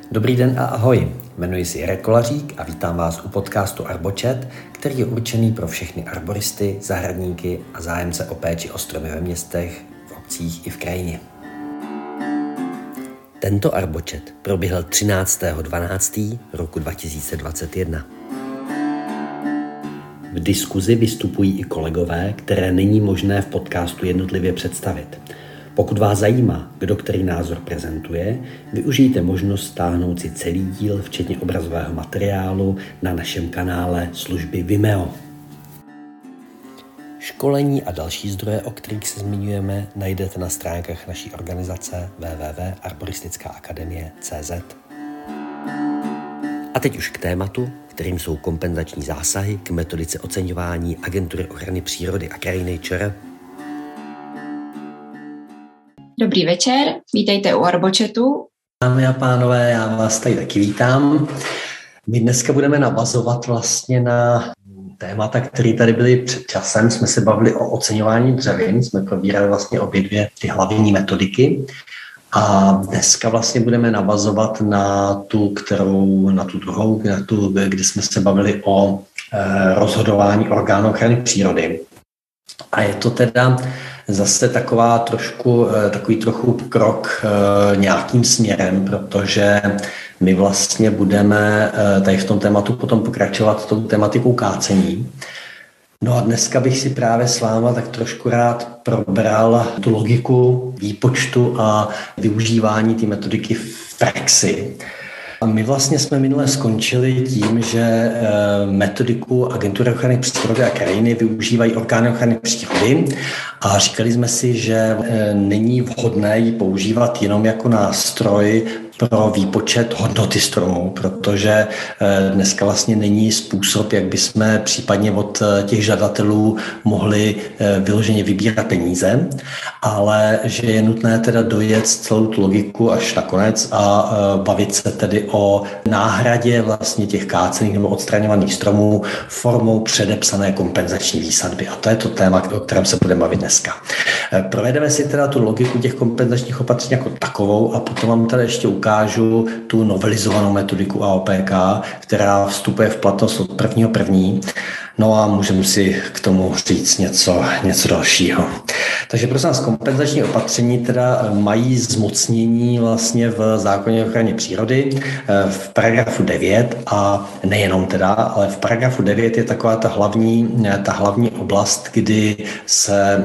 Dobrý den a ahoj, jmenuji se Jirek Kolařík a vítám vás u podcastu Arbočet, který je určený pro všechny arboristy, zahradníky a zájemce o péči o stromy ve městech, v obcích i v krajině. Tento Arbočet proběhl 13.12. roku 2021. V diskuzi vystupují i kolegové, které není možné v podcastu jednotlivě představit. Pokud vás zajímá, kdo který názor prezentuje, využijte možnost stáhnout si celý díl, včetně obrazového materiálu, na našem kanále služby Vimeo. Školení a další zdroje, o kterých se zmiňujeme, najdete na stránkách naší organizace www.arboristicaakademie.cz. A teď už k tématu, kterým jsou kompenzační zásahy k metodice oceňování Agentury ochrany přírody a krajiny ČR. Dobrý večer, vítejte u Arbočetu. Dámy a pánové, já vás tady taky vítám. My dneska budeme navazovat vlastně na témata, které tady byly před časem. Jsme se bavili o oceňování dřevin, jsme probírali vlastně obě dvě ty hlavní metodiky. A dneska vlastně budeme navazovat na tu druhou, kde jsme se bavili o rozhodování orgánů ochrany přírody. A je to teda zase takový trochu krok nějakým směrem, protože my vlastně budeme tady v tom tématu potom pokračovat tou tematikou kácení. No a dneska bych si právě s váma tak trošku rád probral tu logiku výpočtu a využívání té metodiky v praxi. A my vlastně jsme minule skončili tím, že metodiku Agentury ochrany přírody a krajiny využívají orgány ochrany přírody a říkali jsme si, že není vhodné ji používat jenom jako nástroj pro výpočet hodnoty stromů, protože dneska vlastně není způsob, jak bychom případně od těch žadatelů mohli vyloženě vybírat peníze, ale že je nutné teda dojet celou tu logiku až nakonec a bavit se tedy o náhradě vlastně těch kácených nebo odstraňovaných stromů formou předepsané kompenzační výsadby. A to je to téma, o kterém se budeme bavit dneska. Provedeme si teda tu logiku těch kompenzačních opatření jako takovou a potom vám tady ještě ukážu tu novelizovanou metodiku AOPK, která vstupuje v platnost od 1.1. No a můžeme si k tomu říct něco dalšího. Takže prosím vás, kompenzační opatření teda mají zmocnění vlastně v zákoně o ochraně přírody v paragrafu 9 a nejenom teda, ale v paragrafu 9 je taková ta hlavní oblast, kdy se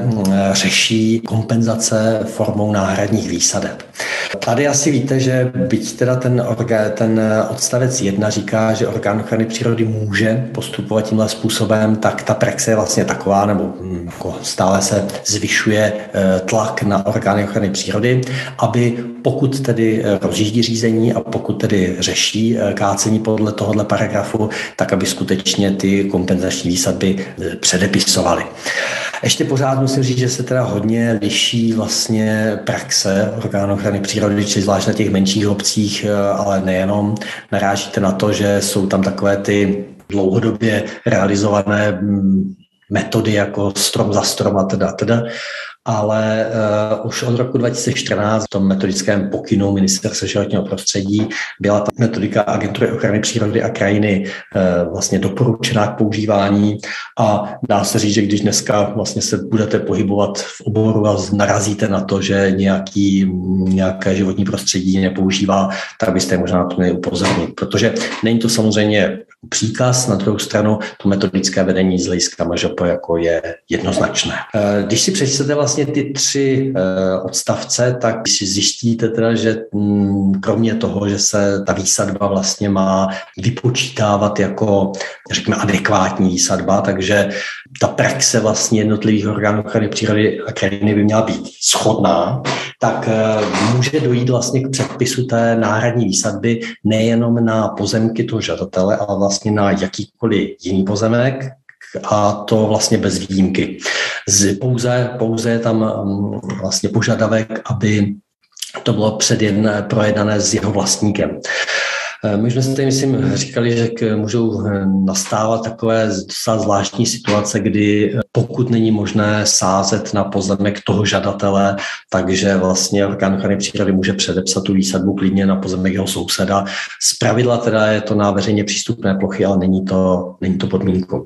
řeší kompenzace formou náhradních výsadeb. Tady asi víte, že byť teda ten odstavec 1 říká, že orgán ochrany přírody může postupovat tímhle způsobem, tak ta praxe je vlastně taková, nebo jako stále se zvyšuje tlak na orgány ochrany přírody, aby pokud tedy rozjíždí řízení a pokud tedy řeší kácení podle tohohle paragrafu, tak aby skutečně ty kompenzační výsadby předepisovaly. Ještě pořád musím říct, že se teda hodně liší vlastně praxe orgánů ochrany přírody, či zvlášť na těch menších obcích, ale nejenom. Narážíte na to, že jsou tam takové ty dlouhodobě realizované metody jako strom za strom a teda. Ale už od roku 2014 v tom metodickém pokynu Ministerstva životního prostředí byla ta metodika Agentury ochrany přírody a krajiny vlastně doporučená k používání a dá se říct, že když dneska vlastně se budete pohybovat v oboru a narazíte na to, že nějaké životní prostředí nepoužívá, tak byste možná na to měli upozornit, protože není to samozřejmě příkaz, na druhou stranu to metodické vedení z hlediska MŽP jako je jednoznačné. Když si přečtete vlastně ty 3 odstavce, tak si zjistíte teda, že kromě toho, že se ta výsadba vlastně má vypočítávat jako, řekněme, adekvátní výsadba, takže ta praxe vlastně jednotlivých orgánů ochrany přírody a krajiny by měla být shodná, tak může dojít vlastně k předpisu té náhradní výsadby nejenom na pozemky toho žadatele, ale vlastně na jakýkoliv jiný pozemek, a to vlastně bez výjimky. Pouze je tam vlastně požadavek, aby to bylo projednané s jeho vlastníkem. My jsme si tady, myslím, říkali, že můžou nastávat takové docela zvláštní situace, kdy pokud není možné sázet na pozemek toho žadatele, takže vlastně orgán ochrany přírody může předepsat tu výsadbu klidně na pozemek jeho souseda. Zpravidla teda je to na veřejně přístupné plochy, ale není to podmínkou.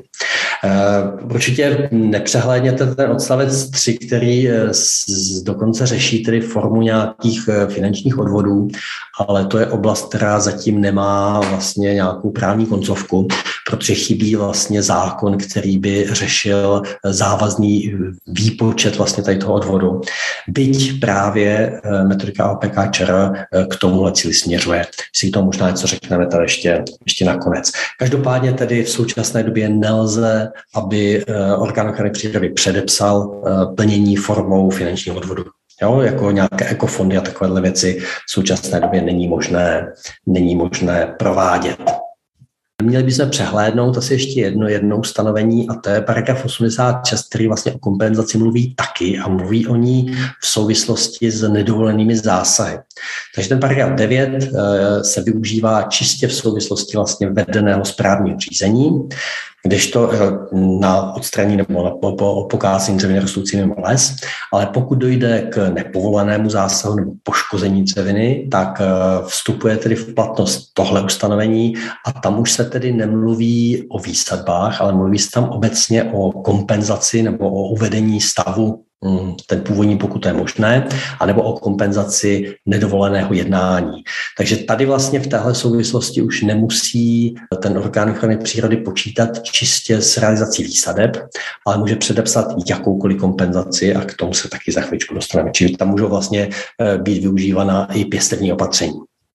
Určitě nepřehlédněte ten odstavec 3, který dokonce řeší tedy formu nějakých finančních odvodů, ale to je oblast, která zatím nemá vlastně nějakou právní koncovku, protože chybí vlastně zákon, který by řešil závazný výpočet vlastně tady toho odvodu. Byť právě metodika OPK ČR k tomuhle cíli směřuje. Si to možná něco řekneme tady ještě nakonec. Každopádně tedy v současné době nelze, aby orgán ochrany přírody předepsal plnění formou finančního odvodu. Jo, jako nějaké ekofondy a takovéhle věci v současné době není možné provádět. Měli bychom přehlédnout asi ještě jedno ustanovení, a to je paragraf 86, který vlastně o kompenzaci mluví taky a mluví o ní v souvislosti s nedovolenými zásahy. Takže ten paragraf 9 se využívá čistě v souvislosti vlastně vedeného správního řízení, kdežto na odstranění nebo na pokácení dřeviny rostoucí mimo les, ale pokud dojde k nepovolenému zásahu nebo poškození dřeviny, tak vstupuje tedy v platnost tohle ustanovení a tam už se tedy nemluví o výsadbách, ale mluví se tam obecně o kompenzaci nebo o uvedení stavu ten původní, pokud to je možné, anebo o kompenzaci nedovoleného jednání. Takže tady vlastně v téhle souvislosti už nemusí ten orgán ochrany přírody počítat čistě s realizací výsadeb, ale může předepsat jakoukoliv kompenzaci a k tomu se taky za chvíličku dostaneme. Čili tam můžou vlastně být využívána i pěstební opatření.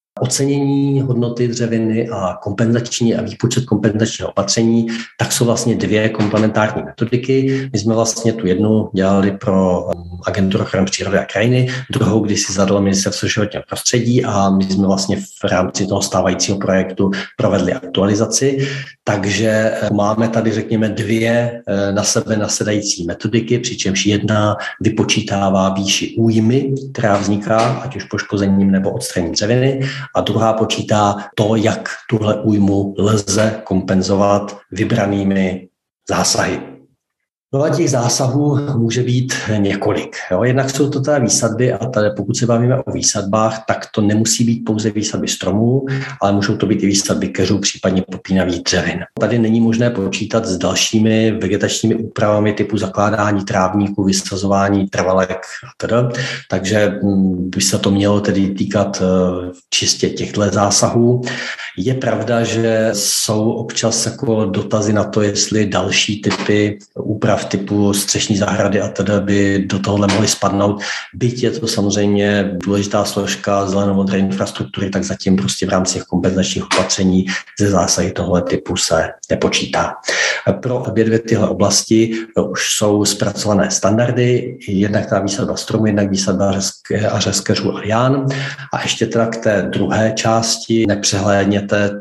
Ocenění hodnoty dřeviny a kompenzační a výpočet kompenzačního opatření, tak jsou vlastně dvě komplementární metodiky. My jsme vlastně tu jednu dělali pro agenturu ochrany přírody a krajiny, druhou, když si zadalo Ministerstvo životního prostředí, a my jsme vlastně v rámci toho stávajícího projektu provedli aktualizaci. Takže máme tady, řekněme, dvě na sebe nasedající metodiky, přičemž jedna vypočítává výši újmy, která vzniká, ať už poškozením nebo odstraněním dřeviny, a druhá počítá to, jak tuhle újmu lze kompenzovat vybranými zásahy. No a těch zásahů může být několik. Jo. Jednak jsou to teda výsadby, a tady pokud se bavíme o výsadbách, tak to nemusí být pouze výsadby stromů, ale můžou to být i výsadby keřů, případně popínavých dřevin. Tady není možné počítat s dalšími vegetačními úpravami typu zakládání trávníků, vysazování trvalek atd. Takže by se to mělo tedy týkat čistě těchto zásahů. Je pravda, že jsou občas jako dotazy na to, jestli další typy úprav typu střešní zahrady a tedy by do tohohle mohly spadnout. Byť je to samozřejmě důležitá složka zeleno-modré infrastruktury, tak zatím prostě v rámci kompenzačních opatření ze zásahy tohle typu se nepočítá. Pro obě dvě tyhle oblasti už jsou zpracované standardy, jednak ta výsadba stromu, jednak výsadba keřů a lián. A ještě teda k té druhé části nepřehlédněte,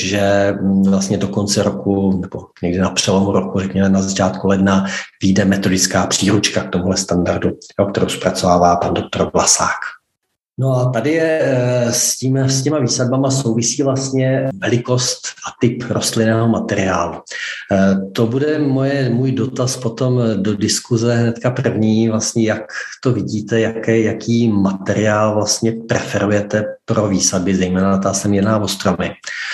že vlastně do konce roku nebo někdy na přelomu roku, řekněme na začátku ledna, vyjde metodická příručka k tomuhle standardu, kterou zpracovává pan doktor Vlasák. No a tady je s těma výsadbama souvisí vlastně velikost a typ rostlinného materiálu. To bude můj dotaz potom do diskuze hnedka první, vlastně jak to vidíte, jaký materiál vlastně preferujete pro výsadby, zejména ta se jedná o stromy.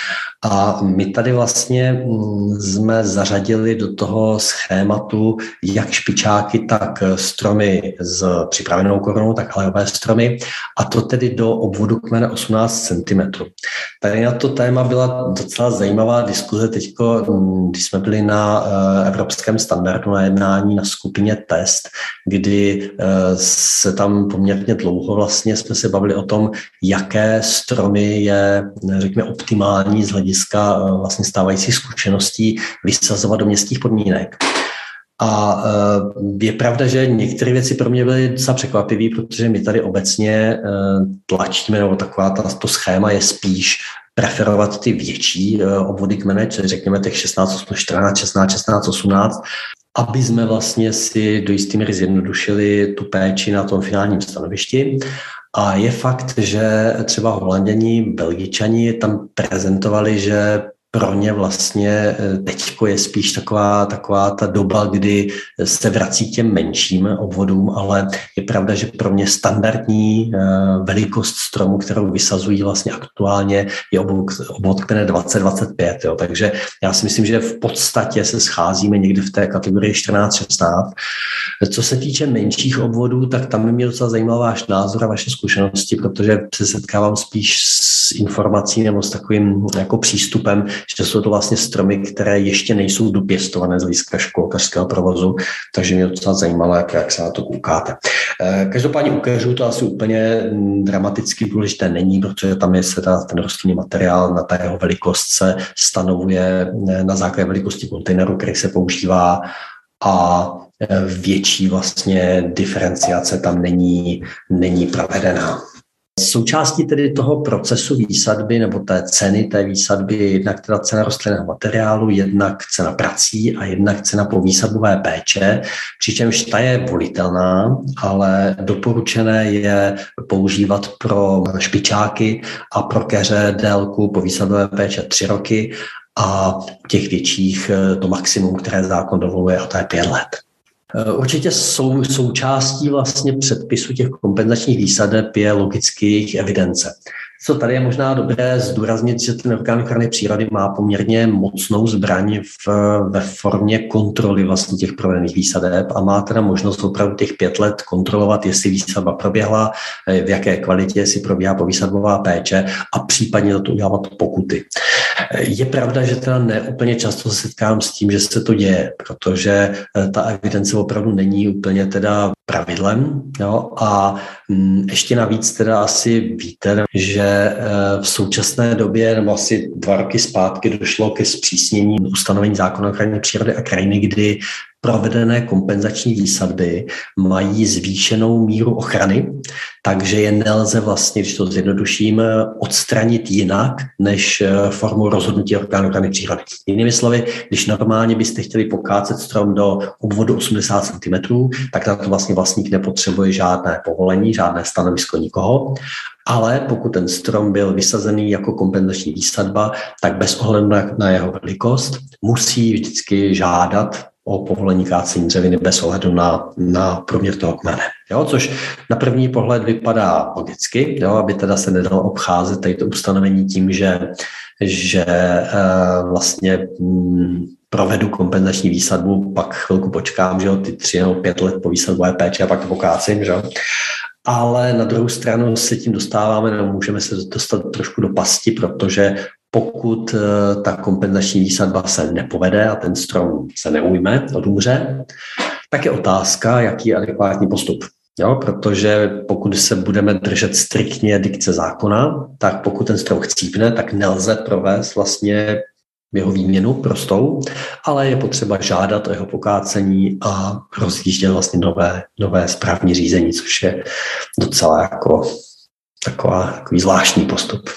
A my tady vlastně jsme zařadili do toho schématu jak špičáky, tak stromy s připravenou korunou, tak alejové stromy, a to tedy do obvodu kmene 18 cm. Tady na to téma byla docela zajímavá diskuze teďko, když jsme byli na evropském standardu na jednání na skupině test, kdy se tam poměrně dlouho vlastně jsme se bavili o tom, jaké stromy je, řekněme, optimální z hlediska vlastně stávajících zkušeností vysazovat do městských podmínek. A je pravda, že některé věci pro mě byly docela překvapivé, protože my tady obecně tlačíme, nebo to schéma je spíš preferovat ty větší obvody kmene, čili řekněme těch 16, 14, 16, 16, 18, aby jsme vlastně si do jistý míry zjednodušili tu péči na tom finálním stanovišti. A je fakt, že třeba Holanděni, Belgičani tam prezentovali, že pro ně vlastně teďko je spíš taková ta doba, kdy se vrací k těm menším obvodům, ale je pravda, že pro mě standardní velikost stromu, kterou vysazují vlastně aktuálně, je obvod kmene 20-25. Jo. Takže já si myslím, že v podstatě se scházíme někde v té kategorii 14-16. Co se týče menších obvodů, tak tam by mě docela zajímal váš názor a vaše zkušenosti, protože se setkávám spíš s informací nebo s takovým jako přístupem, že jsou to vlastně stromy, které ještě nejsou dopěstované z hlediska školkařského provozu, takže mě docela zajímalo, jak se na to koukáte. Každopádně u keřů to asi úplně dramaticky důležité není, protože tam je ten rostlinný materiál, na ta jeho velikost se stanovuje na základě velikosti kontejneru, který se používá, a větší vlastně diferenciace tam není provedená. Součástí tedy toho procesu výsadby nebo té ceny té výsadby je jednak teda cena rostlinného materiálu, jednak cena prací a jednak cena povýsadbové péče, přičemž ta je volitelná, ale doporučené je používat pro špičáky a pro keře délku povýsadbové péče 3 roky a u těch větších to maximum, které zákon dovoluje, a to je 5 let. Určitě součástí vlastně předpisu těch kompenzačních výsadeb je logicky jejich evidence. Co tady je možná dobré zdůraznit, že ten orgán ochrany přírody má poměrně mocnou zbraň ve formě kontroly vlastně těch provedených výsadeb a má teda možnost opravdu těch 5 let kontrolovat, jestli výsadba proběhla, v jaké kvalitě si probíhá povýsadbová péče a případně za to udělávat pokuty. Je pravda, že teda ne úplně často se setkám s tím, že se to děje, protože ta evidence opravdu není úplně teda pravidlem. Jo? A ještě navíc teda asi víte, že v současné době, nebo asi 2 roky zpátky, došlo ke zpřísnění ustanovení zákona o ochraně přírody a krajiny, kdy provedené kompenzační výsadby mají zvýšenou míru ochrany, takže je nelze vlastně, když to zjednoduším, odstranit jinak než formou rozhodnutí orgánu ochrany přírody. Jinými slovy, když normálně byste chtěli pokácet strom do obvodu 80 cm, tak na to vlastně vlastník nepotřebuje žádné povolení, žádné stanovisko nikoho. Ale pokud ten strom byl vysazený jako kompenzační výsadba, tak bez ohledu na jeho velikost musí vždycky žádat o povolení kácení dřeviny bez ohledu na průměr toho kmene. Jo, což na první pohled vypadá logicky, jo, aby teda se nedalo obcházet tady to ustanovení tím, že vlastně provedu kompenzační výsadbu, pak chvilku počkám, že jo, ty 3 nebo 5 let po výsadbové péči a pak to pokácím, že jo. Ale na druhou stranu se tím dostáváme, nebo můžeme se dostat trošku do pasti, protože pokud ta kompenzační výsadba se nepovede a ten strom se neujme, odumře, tak je otázka, jaký je adekvátní postup. Jo, protože pokud se budeme držet striktně dikce zákona, tak pokud ten strom chcípne, tak nelze provést vlastně jeho výměnu prostou, ale je potřeba žádat o jeho pokácení a rozjíždět vlastně nové správní řízení, což je docela jako takový zvláštní postup.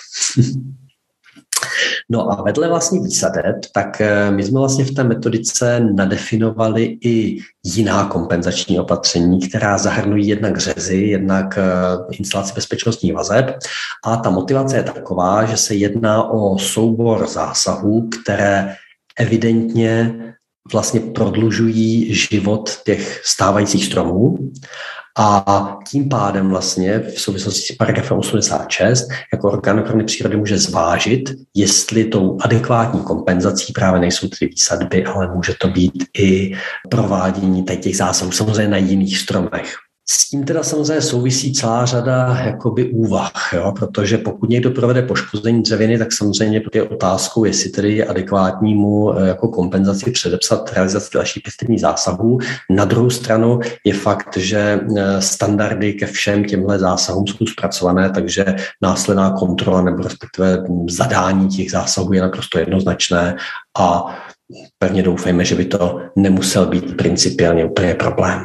No a vedle vlastně výsadeb, tak my jsme vlastně v té metodice nadefinovali i jiná kompenzační opatření, která zahrnují jednak řezy, jednak instalaci bezpečnostních vazeb. A ta motivace je taková, že se jedná o soubor zásahů, které evidentně vlastně prodlužují život těch stávajících stromů. A tím pádem vlastně v souvislosti s paragrafem 86 jako orgán ochrany přírody může zvážit, jestli tou adekvátní kompenzací právě nejsou ty výsadby, ale může to být i provádění těch zásahů samozřejmě na jiných stromech. S tím teda samozřejmě souvisí celá řada jakoby úvah, jo? Protože pokud někdo provede poškození dřeviny, tak samozřejmě je otázkou, jestli tedy je adekvátní mu jako kompenzaci předepsat realizaci dalších pěstebních zásahů. Na druhou stranu je fakt, že standardy ke všem těmhle zásahům jsou zpracované, takže následná kontrola nebo respektive zadání těch zásahů je naprosto jednoznačné a pevně doufejme, že by to nemusel být principiálně úplně problém.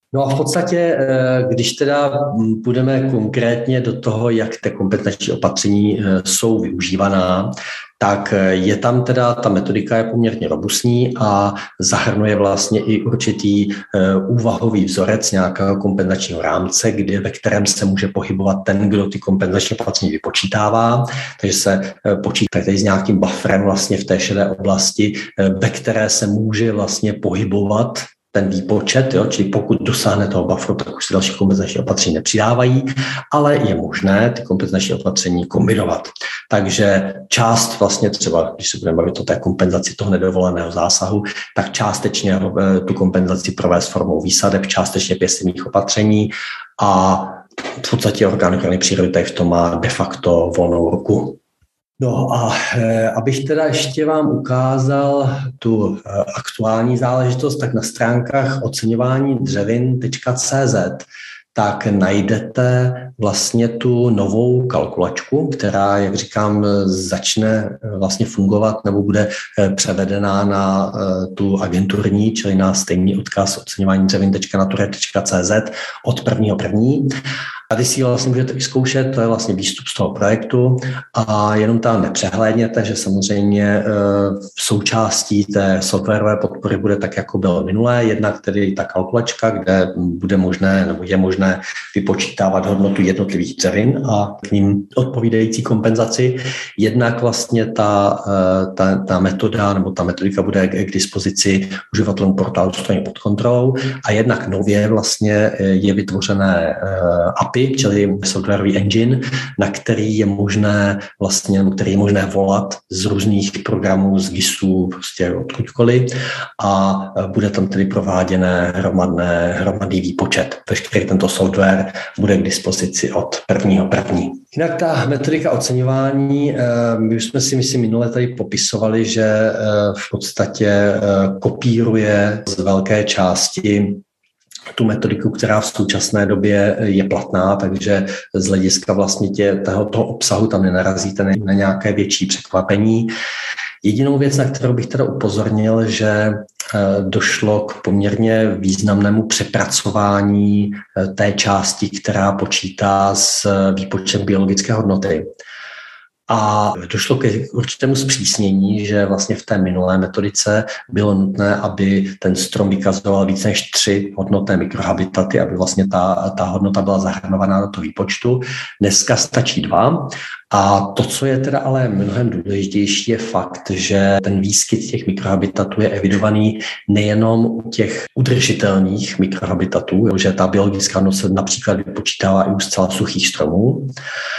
No a v podstatě, když teda půjdeme konkrétně do toho, jak ty kompetenční opatření jsou využívaná, tak je tam teda, ta metodika je poměrně robustní a zahrnuje vlastně i určitý úvahový vzorec nějakého kompenzačního rámce, ve kterém se může pohybovat ten, kdo ty kompenzační opatření vypočítává, takže se počítá tady s nějakým bufferem vlastně v té šedé oblasti, ve které se může vlastně pohybovat ten výpočet, jo, čili pokud dosáhne toho bufferu, tak už se další kompenzační opatření nepřidávají, ale je možné ty kompenzační opatření kombinovat. Takže část vlastně třeba, když se budeme bavit o té kompenzaci toho nedovoleného zásahu, tak částečně tu kompenzaci provést formou výsadeb, částečně pěstebních opatření a v podstatě orgán ochrany přírody tady v tom má de facto volnou ruku. No a abych teda ještě vám ukázal tu aktuální záležitost, tak na stránkách oceňovánídřevin.cz tak najdete vlastně tu novou kalkulačku, která, jak říkám, začne vlastně fungovat nebo bude převedená na tu agenturní, čili na stejný odkaz oceňovánídřevin.nature.cz od 1.1. Tady si vlastně můžete vyzkoušet, to je vlastně výstup z toho projektu a jenom tam nepřehlédněte, že samozřejmě v součástí té softwarové podpory bude tak, jako bylo minulé, jednak tedy ta kalkulačka, kde bude možné nebo je možné vypočítávat hodnotu jednotlivých dřevin a k ním odpovídající kompenzaci. Jednak vlastně ta metoda nebo ta metodika bude k dispozici uživatelům portálu Stojím pod kontrolou a jednak nově vlastně je vytvořené API, čili softwarový engine, na který je možné volat z různých programů, z GISů, prostě odkudkoliv a bude tam tedy prováděné hromadný výpočet. Veškerý tento software bude k dispozici od 1.1. Jinak ta metodika oceňování, my už jsme si myslím minule tady popisovali, že v podstatě kopíruje z velké části tu metodiku, která v současné době je platná, takže z hlediska vlastně toho obsahu tam nenarazíte na nějaké větší překvapení. Jedinou věc, na kterou bych teda upozornil, že došlo k poměrně významnému přepracování té části, která počítá s výpočtem biologické hodnoty. A došlo k určitému zpřísnění, že vlastně v té minulé metodice bylo nutné, aby ten strom vykazoval více než 3 hodnotné mikrohabitaty, aby vlastně ta hodnota byla zahrnovaná do toho výpočtu. Dneska stačí 2. A to, co je teda ale mnohem důležitější, je fakt, že ten výskyt těch mikrohabitatů je evidovaný nejenom u těch udržitelných mikrohabitatů, že ta biologická hodnota se například vypočítává i u zcela suchých stromů.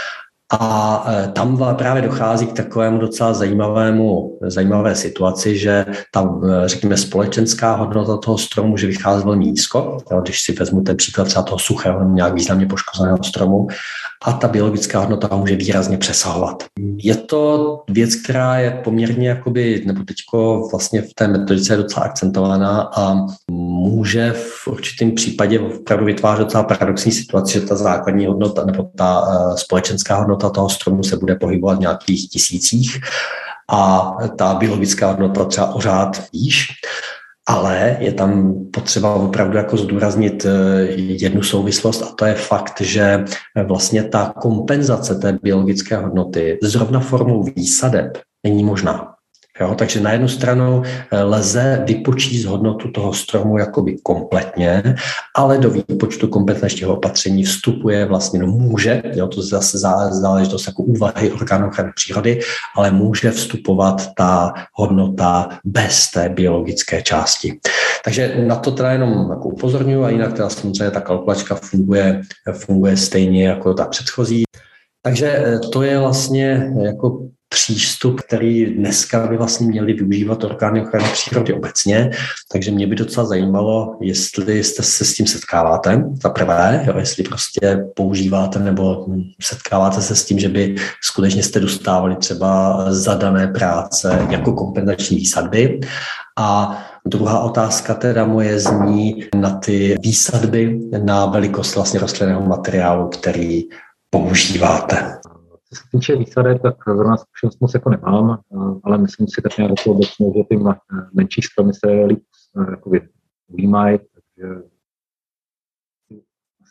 A tam právě dochází k takovému docela zajímavé situaci, že ta, řekněme, společenská hodnota toho stromu může vycházet velmi nízko. Když si vezmu ten příklad třeba toho suchého, nějak významně poškozeného stromu, a ta biologická hodnota může výrazně přesahovat. Je to věc, která je poměrně nebo teďko vlastně v té metodice je docela akcentovaná a může v určitém případě opravdu vytvářet docela paradoxní situaci, že ta základní hodnota nebo ta společenská hodnota toho stromu se bude pohybovat v nějakých tisících a ta biologická hodnota třeba o řád výš. Ale je tam potřeba opravdu zdůraznit jednu souvislost a to je fakt, že vlastně ta kompenzace té biologické hodnoty zrovna formou výsadeb není možná. Jo, takže na jednu stranu lze vypočíst hodnotu toho stromu jakoby kompletně, ale do výpočtu kompenzačního opatření vstupuje vlastně, může, jo, to zase záležitost jako úvahy orgánů ochrany přírody, ale může vstupovat ta hodnota bez té biologické části. Takže na to teda jenom upozorňuji a jinak teda samozřejmě ta kalkulačka funguje stejně jako ta předchozí. Takže to je vlastně jako přístup, který dneska by vlastně měli využívat orgány ochrany přírody obecně, takže mě by docela zajímalo, jestli jste se s tím setkáváte, za prvé, jo, jestli prostě používáte nebo setkáváte se s tím, že by skutečně jste dostávali třeba zadané práce jako kompenzační výsadby. A druhá otázka teda moje zní na ty výsadby na velikost vlastně rostlinného materiálu, který používáte. Co se týče výsadeb, tak zrovna zkušenost moc nemám, ale myslím si tak nějak obecně, že ty menší stromy se líp ujímají, takže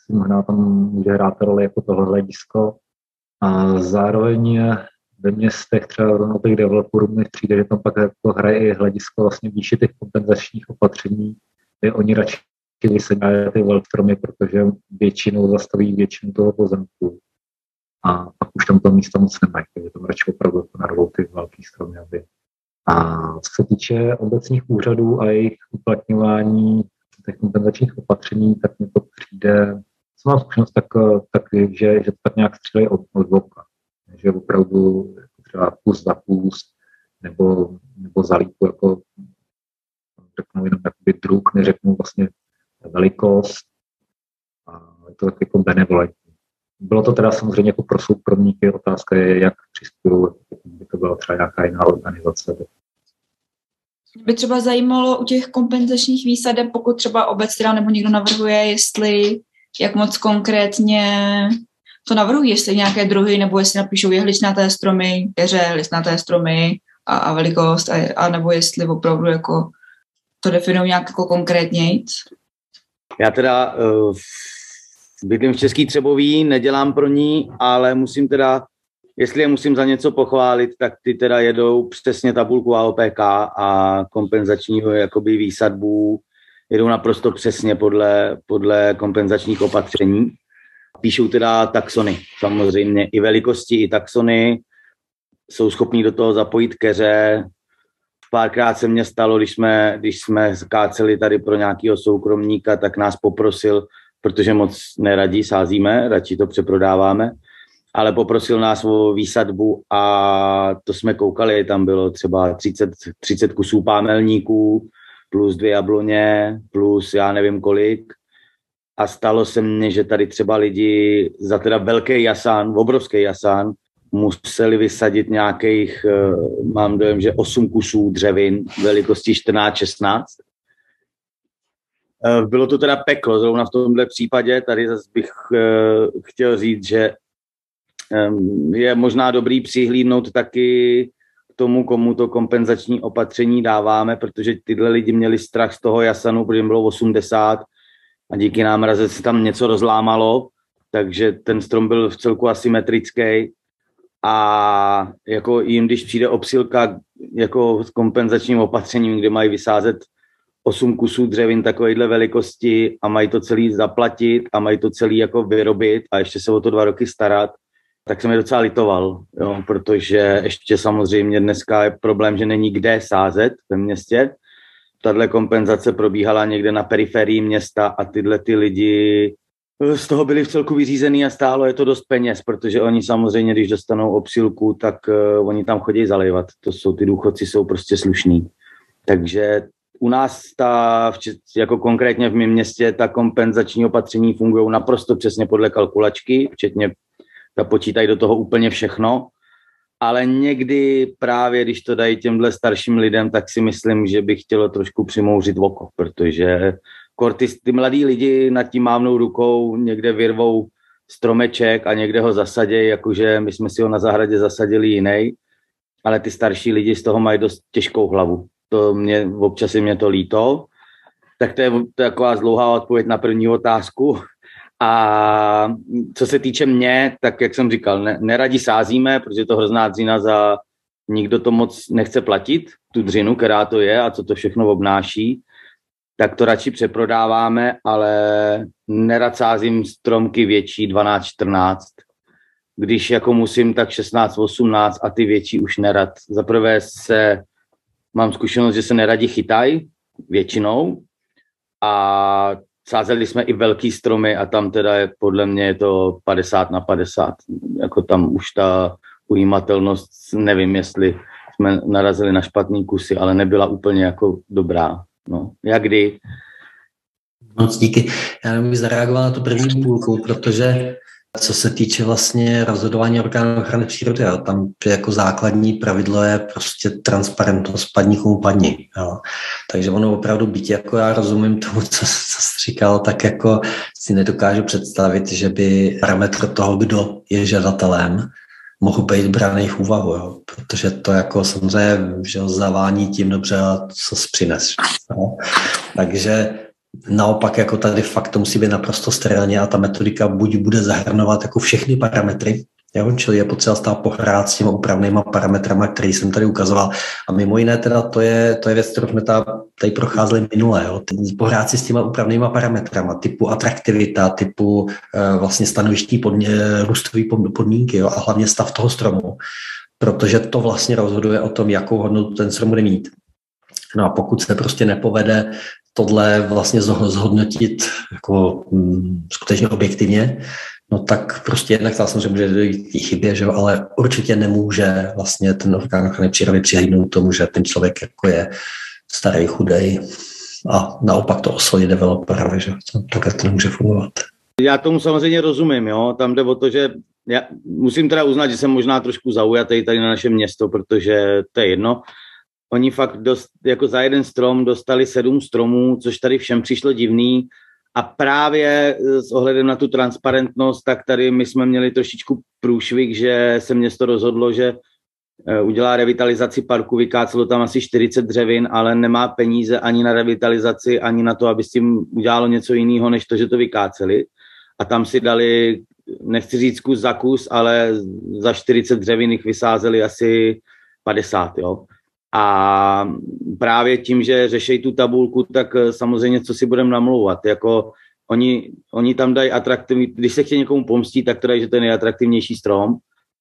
si možná tam může hrát roli jako tohle hledisko. A zároveň ve městech, třeba rovnou těch developerů mi přijde, že tam pak jako hraje i hledisko vlastně výši těch kompenzačních opatření, kde oni radši vysadí ty velstromy, protože většinou zastaví většinu toho pozemku. A pak už tam to místa moc nemají, takže tam radši opravdu narvou ty velký stromy. A co se týče obecních úřadů a jejich uplatňování těch kompenzačních opatření, tak mi to přijde, co mám zkušenost, že to tak nějak střílejí od boka. Že opravdu jako třeba kus za kus, nebo za lípu, jako řeknou jenom jakoby druh, neřeknou vlastně velikost. A je to tak jako benevolentní. Bylo to teda samozřejmě jako pro soukromníky, otázka je, jak přispějí, by to byla třeba nějaká jiná organizace. Mě by třeba zajímalo u těch kompenzačních výsadeb, pokud třeba obec teda nebo někdo navrhuje, jestli jak moc konkrétně to navrhují, jestli nějaké druhy, nebo jestli napíšou jehličnaté stromy, keře, listnaté stromy a velikost, a nebo jestli opravdu jako to definují nějak jako konkrétnějc. Já teda bydlím v Český Třebový, nedělám pro ní, ale musím teda, jestli je musím za něco pochválit, tak ty teda jedou přesně tabulku AOPK a kompenzačního jakoby výsadbu, jedou naprosto přesně podle kompenzačních opatření. Píšou teda taxony, samozřejmě i velikosti, i taxony, jsou schopní do toho zapojit keře. Párkrát se mně stalo, když jsme káceli tady pro nějakého soukromníka, tak nás poprosil, protože moc neradí sázíme, radši to přeprodáváme, ale poprosil nás o výsadbu a to jsme koukali, tam bylo třeba 30 kusů pámelníků, plus 2 jabloně, plus já nevím kolik. A stalo se mně, že tady třeba lidi za teda velký jasán, obrovský jasán, museli vysadit nějakých, mám dojem, že 8 kusů dřevin velikosti 14-16. Bylo to teda peklo, zrovna v tomhle případě. Tady zase bych chtěl říct, že je možná dobrý přihlídnout taky k tomu, komu to kompenzační opatření dáváme, protože tyhle lidi měli strach z toho jasanu, protože jim bylo 80 a díky námraze se tam něco rozlámalo, takže ten strom byl v celku asymetrický a jako jim, když přijde obsílka jako s kompenzačním opatřením, kde mají vysázet 8 kusů dřevin takovéhle velikosti a mají to celý zaplatit a mají to celý jako vyrobit a ještě se o to 2 roky starat, tak jsem je docela litoval, jo, protože ještě samozřejmě dneska je problém, že není kde sázet ve městě. Tahle kompenzace probíhala někde na periferii města a tyhle ty lidi z toho byli v celku vyřízený a stálo je to dost peněz, protože oni samozřejmě, když dostanou obsílku, tak oni tam chodí zalévat. Ty důchodci jsou prostě slušní. Takže u nás jako konkrétně v mém městě ta kompenzační opatření fungují naprosto přesně podle kalkulačky, včetně počítají do toho úplně všechno, ale někdy právě, když to dají těmhle starším lidem, tak si myslím, že bych chtělo trošku přimouřit oko, protože ty mladí lidi nad tím mávnou rukou, někde vyrvou stromeček a někde ho zasadějí, jakože my jsme si ho na zahradě zasadili jiný, ale ty starší lidi z toho mají dost těžkou hlavu. Občas je mě to líto. Tak to je taková dlouhá odpověď na první otázku. A co se týče mě, tak jak jsem říkal, neradi sázíme, protože to hrozná dřina nikdo to moc nechce platit, tu dřinu, která to je a co to všechno obnáší, tak to radši přeprodáváme, ale nerad sázím stromky větší 12-14. Když jako musím, tak 16-18 a ty větší už nerad. Zaprvé mám zkušenost, že se neradi chytají většinou a sázeli jsme i velký stromy a tam teda podle mě je to 50/50. Jako tam už ta ujímatelnost, nevím, jestli jsme narazili na špatný kusy, ale nebyla úplně jako dobrá. No, jak kdy? Moc díky. Já nevím, zareagoval na tu první půlku, protože co se týče vlastně rozhodování orgánů ochrany přírody, jo, tam jako základní pravidlo je prostě transparentnost, padni komu padni. Jo. Takže ono opravdu být, jako já rozumím tomu, co jsi říkal, tak jako si nedokážu představit, že by parametr toho, kdo je žadatelem, mohl být braný v úvahu, jo. Protože to jako samozřejmě že zavání tím dobře, co jsi přines. Jo. Takže Naopak jako tady fakt to musí být naprosto sterilně a ta metodika buď bude zahrnovat jako všechny parametry, jo? Čili je potřeba stát pohrát s těma úpravnýma parametrama, který jsem tady ukazoval. A mimo jiné teda to je věc, kterou jsme tady procházeli minule. Jo? Pohrát si s těma úpravnýma parametrama typu atraktivita, typu vlastně stanovištní růstové podmínky, jo? A hlavně stav toho stromu. Protože to vlastně rozhoduje o tom, jakou hodnotu ten strom bude mít. No a pokud se prostě nepovede tohle vlastně zhodnotit jako skutečně objektivně, no tak prostě jednak samozřejmě může dojít i chybě, že jo, ale určitě nemůže vlastně ten orgán ochrany přírody přihlídnout tomu, že ten člověk jako je starý, chudej a naopak to osloví developerovi, že takhle to nemůže fungovat. Já tomu samozřejmě rozumím, jo, tam jde o to, že já musím teda uznat, že jsem možná trošku zaujatý tady na naše město, protože to je jedno. Oni fakt jako za jeden strom dostali 7 stromů, což tady všem přišlo divný a právě s ohledem na tu transparentnost, tak tady my jsme měli trošičku průšvih, že se město rozhodlo, že udělá revitalizaci parku, vykácelo tam asi 40 dřevin, ale nemá peníze ani na revitalizaci, ani na to, aby s tím udělalo něco jiného, než to, že to vykáceli. A tam si dali, nechci říct kus za kus, ale za 40 dřevin jich vysázeli asi 50, jo. A právě tím, že řeší tu tabulku, tak samozřejmě co si budeme namlouvat. Jako oni tam dají atraktivní, když se chtějí někomu pomstít, tak to dají, že to je nejatraktivnější strom.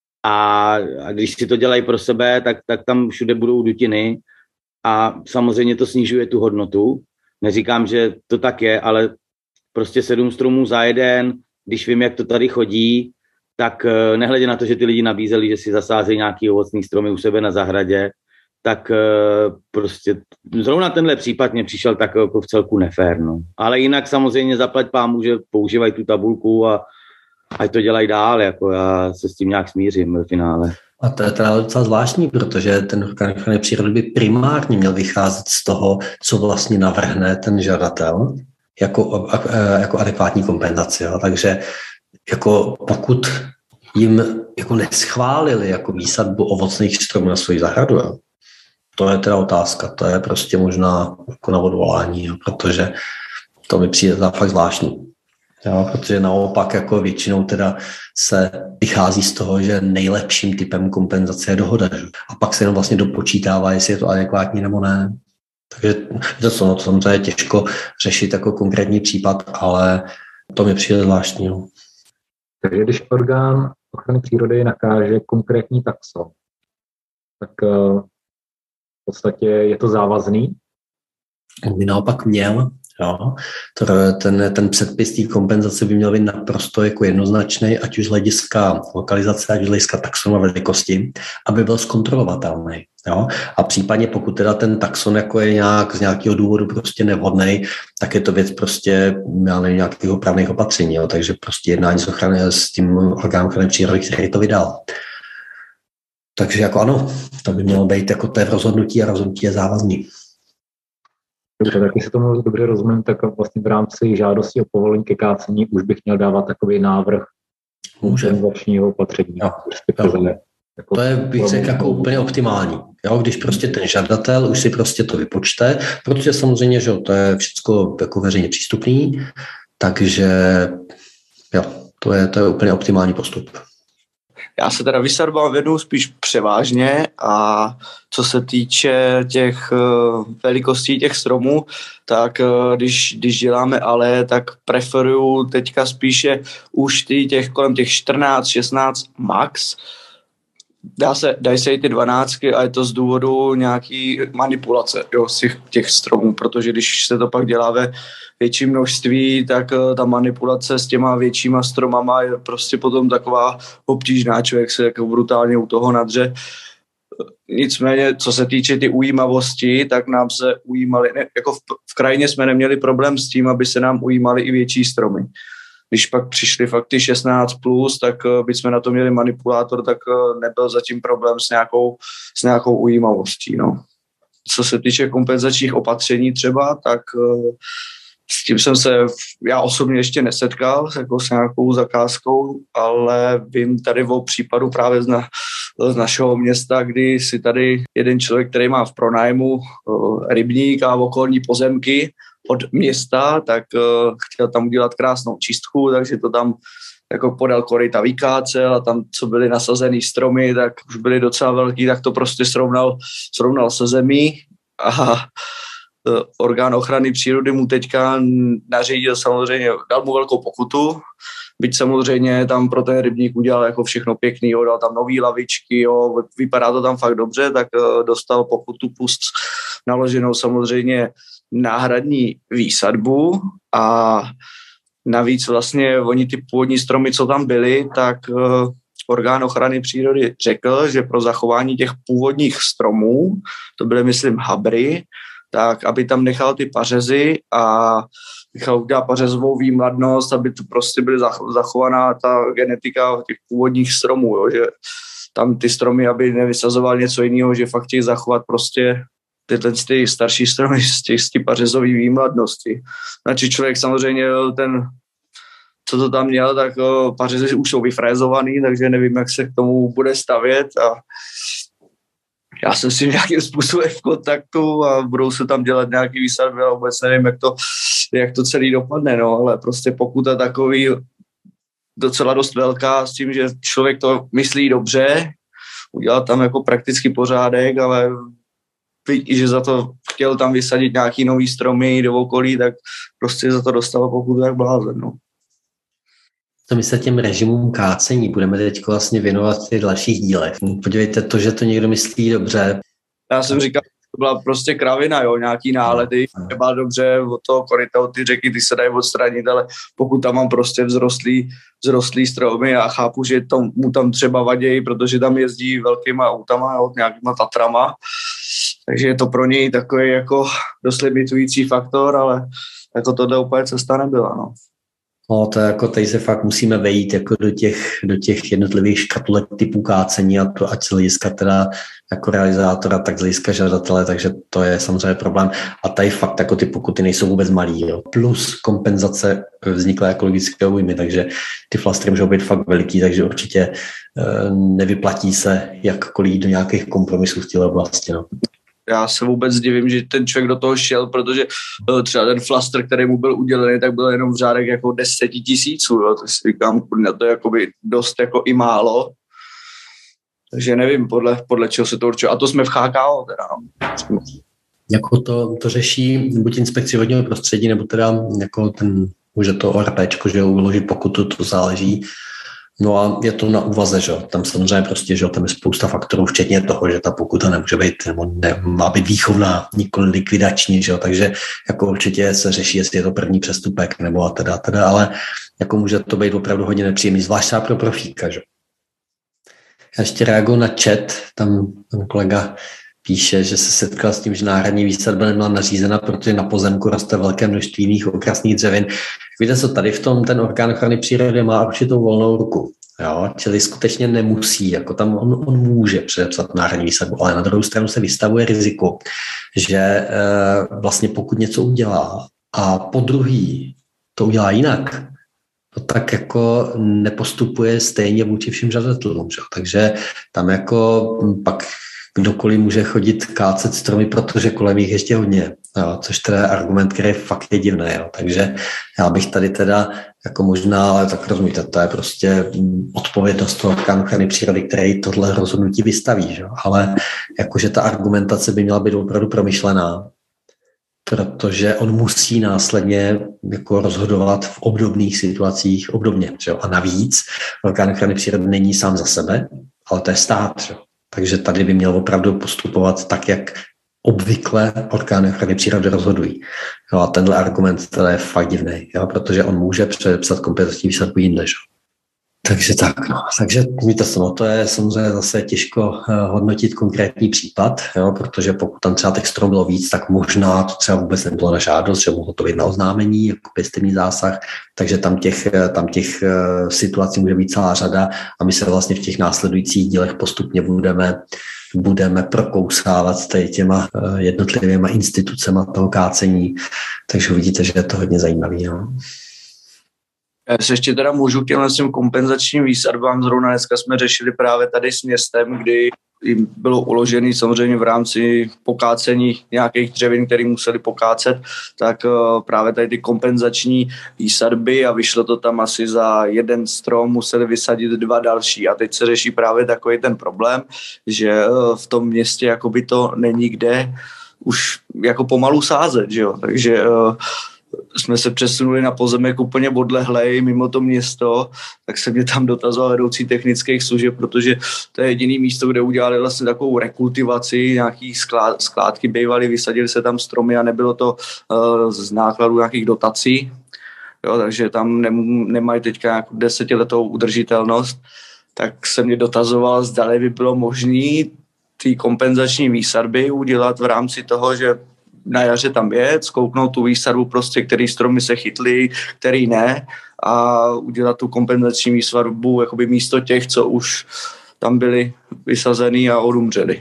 A když si to dělají pro sebe, tak tam všude budou dutiny a samozřejmě to snižuje tu hodnotu. Neříkám, že to tak je, ale prostě 7 stromů za jeden, když vím, jak to tady chodí, tak nehledě na to, že ty lidi nabízeli, že si zasázejí nějaký ovocný stromy u sebe na zahradě, tak prostě zrovna tenhle případ mě přišel tak jako v celku nefér. No. Ale jinak samozřejmě zaplať pámu, že používají tu tabulku a ať to dělají dál, jako já se s tím nějak smířím v finále. A to je teda docela zvláštní, protože ten orgán ochrany přírody by primárně měl vycházet z toho, co vlastně navrhne ten žadatel jako adekvátní kompenzaci. Jo. Takže jako pokud jim jako neschválili jako výsadbu ovocných stromů na svoji zahradu, jo, to je teda otázka, to je prostě možná jako na odvolání, jo, protože to mi přijde fakt zvláštní. Jo, protože naopak jako většinou teda se vychází z toho, že nejlepším typem kompenzace je dohoda. Že? A pak se jenom vlastně dopočítává, jestli je to adekvátní nebo ne. Takže to samozřejmě je těžko řešit jako konkrétní případ, ale to mi přijde zvláštní. Jo. Takže když orgán ochrany přírody nakáže konkrétní taxon, tak v podstatě je to závazný? On by naopak měl. Jo. Ten předpis té kompenzace by měl být naprosto jako jednoznačný, ať už z hlediska lokalizace, ať už z hlediska taxonu a velikosti, aby byl zkontrolovatelný. Jo. A případně pokud teda ten taxon jako je z nějakého důvodu prostě nevhodný, tak je to věc prostě nějakého právních opatření. Jo. Takže prostě jednání s tím orgánem ochrany přírody, který to vydal. Takže jako ano, to by mělo být jako to je v rozhodnutí a rozhodnutí je závazný. Dobře, tak jestli tomu dobře rozumím, tak vlastně v rámci žádosti o povolení ke kácení už bych měl dávat takový návrh kompenzačního opatření. Jo. Jako to je, bych řekl, jako úplně optimální. Jo, když prostě ten žadatel už si prostě to vypočte, protože samozřejmě, že to je všechno jako veřejně přístupný, takže jo, to je úplně optimální postup. Já se teda vysadbám věnu spíš převážně a co se týče těch velikostí těch stromů, tak když děláme ale, tak preferuju teďka spíše už těch kolem těch 14, 16 max. Dají se i ty 12 a je to z důvodu nějaký manipulace z těch stromů, protože když se to pak dělá ve větší množství, tak ta manipulace s těma většíma stromama je prostě potom taková obtížná, člověk se jako brutálně u toho nadře. Nicméně, co se týče ty ujímavosti, tak nám se ujímali, jako v krajině jsme neměli problém s tím, aby se nám ujímali i větší stromy. Když pak přišli fakt ty 16+, tak byť jsme na to měli manipulátor, tak nebyl zatím problém s nějakou ujímavostí. No. Co se týče kompenzačních opatření třeba, tak s tím jsem se já osobně ještě nesetkal, jako s nějakou zakázkou, ale vím tady o případu právě z našeho města, kdy si tady jeden člověk, který má v pronájmu rybník a okolní pozemky od města, tak chtěl tam udělat krásnou čistku, takže to tam jako podél koryta vykácel a tam, co byly nasazený stromy, tak už byly docela velký, tak to prostě srovnal se zemí a orgán ochrany přírody mu teďka nařídil samozřejmě, dal mu velkou pokutu, byť samozřejmě tam pro ten rybník udělal jako všechno pěkný, jo, dal tam nový lavičky, jo, vypadá to tam fakt dobře, tak dostal pokutu plus naloženou samozřejmě náhradní výsadbu a navíc vlastně oni ty původní stromy, co tam byly, tak orgán ochrany přírody řekl, že pro zachování těch původních stromů, to byly myslím habry, tak aby tam nechal ty pařezy a nechal udělat pařezovou výmladnost, aby tu prostě byly zachovaná ta genetika těch původních stromů, jo, že tam ty stromy, aby nevysazoval něco jiného, že fakt chtějí zachovat prostě tyhle ty starší stromy z té pařezové výmladnosti. Znači člověk samozřejmě ten, co to tam měl, tak pařezy už jsou vyfrézovaný, takže nevím, jak se k tomu bude stavět a já jsem s tím nějakým způsobem v kontaktu a budou se tam dělat nějaký výsadby a vůbec nevím, jak to celý dopadne, no, ale prostě pokuta takový docela dost velká s tím, že člověk to myslí dobře, udělal tam jako prakticky pořádek, ale že za to chtěl tam vysadit nějaký nový stromy do okolí, tak prostě za to dostal pokutu jak blázen, no. To my se těm režimům kácení budeme teď vlastně věnovat v dalších dílech. Podívejte, to, že to někdo myslí dobře. Já jsem říkal, to byla prostě kravina, jo, nějaký nálety, třeba dobře od toho koryta, od ty řeky, ty se dají odstranit, ale pokud tam mám prostě vzrostlý stromy a chápu, že mu tam třeba vadějí, protože tam jezdí velkýma autama, od nějakýma Tatrama, takže je to pro něj takový jako dost limitující faktor, ale jako tohle úplně cesta nebyla, no. No, to jako tady se fakt musíme vejít jako do těch jednotlivých škatulek typů kácení a to ať z hlediska teda jako realizátora, tak z hlediska žadatele, takže to je samozřejmě problém. A tady fakt jako ty pokuty nejsou vůbec malý, jo. Plus kompenzace vzniklé ekologické újmy, takže ty flastry můžou být fakt veliký, takže určitě nevyplatí se jakkoliv do nějakých kompromisů v této oblasti, no. Já se vůbec divím, že ten člověk do toho šel, protože třeba ten flastr, který mu byl udělený, tak byl jenom v řádech jako 10 000, jo. To si říkám, to je jakoby dost jako i málo. Takže nevím, podle čeho se to určuje. A to jsme v HKO teda, no. Jako to řeší buď inspekci vodního prostředí, nebo teda jako může to ORPčko, že uložit pokutu, to záleží. No a je to na úvaze, že tam samozřejmě prostě, že tam je spousta faktorů, včetně toho, že ta pokuta nemůže být, nebo má být výchovná, nikoli likvidační, že takže jako určitě se řeší, jestli je to první přestupek, nebo a teda, ale jako může to být opravdu hodně nepříjemný, zvlášť pro profíka, že. Já ještě reaguju na chat, tam pan kolega píše, že se setkal s tím, že náhradní výsadba nebyla nařízena, protože na pozemku roste velké množství jiných okrasných dřevin. Víte, co tady v tom ten orgán ochrany přírody má určitou volnou ruku. Jo? Čili skutečně nemusí, jako tam on může předepsat náhradní výsadbu, ale na druhou stranu se vystavuje riziku, že vlastně pokud něco udělá a po druhý to udělá jinak, no tak jako nepostupuje stejně vůči všem žadatelům. Že? Takže tam jako pak kdokoliv může chodit kácet stromy, protože kolem jich ještě hodně, jo, což teda je argument, který fakt je divný. Jo. Takže já bych tady teda jako možná, ale tak rozumíte, to je prostě odpovědnost toho orgánu ochrany přírody, který tohle rozhodnutí vystaví. Že? Ale jakože ta argumentace by měla být opravdu promyšlená, protože on musí následně jako rozhodovat v obdobných situacích obdobně. Že? A navíc orgán ochrany přírody není sám za sebe, ale to je stát. Že? Takže tady by měl opravdu postupovat tak, jak obvykle orgány ochrany přírody rozhodují. Jo, a tenhle argument teda je fakt divný, jo, protože on může předepsat kompenzační výsadbu jinde. Takže tak, no. Takže víte se, no, to je samozřejmě zase těžko hodnotit konkrétní případ, jo, protože pokud tam třeba těch strom bylo víc, tak možná to třeba vůbec nebylo na žádost, že mohlo to být na oznámení, jako pěstební zásah, takže tam těch situací může být celá řada a my se vlastně v těch následujících dílech postupně budeme prokousávat tady těma jednotlivýma institucema toho kácení, takže uvidíte, že je to hodně zajímavý. No. Já se ještě teda můžu k těm kompenzačním výsadbám. Zrovna dneska jsme řešili právě tady s městem, kdy jim bylo uložený samozřejmě v rámci pokácení nějakých dřevin, které museli pokácet, tak právě tady ty kompenzační výsadby a vyšlo to tam asi za jeden strom, museli vysadit 2 další. A teď se řeší právě takový ten problém, že v tom městě jakoby to není kde už jako pomalu sázet, že jo? Takže jsme se přesunuli na pozemek úplně odlehlej mimo to město, tak se mě tam dotazoval vedoucí technických služeb, protože to je jediné místo, kde udělali vlastně takovou rekultivaci, nějaký skládky bývaly, vysadili se tam stromy a nebylo to z nákladů nějakých dotací, jo, takže tam nemají teďka nějakou 10letou udržitelnost, tak se mě dotazoval, zdali by bylo možné ty kompenzační výsadby udělat v rámci toho, že na jaře tam jet, zkouknout tu výsadbu prostě, který stromy se chytly, který ne a udělat tu kompenzační výsadbu jakoby místo těch, co už tam byli vysazený a odumřeli.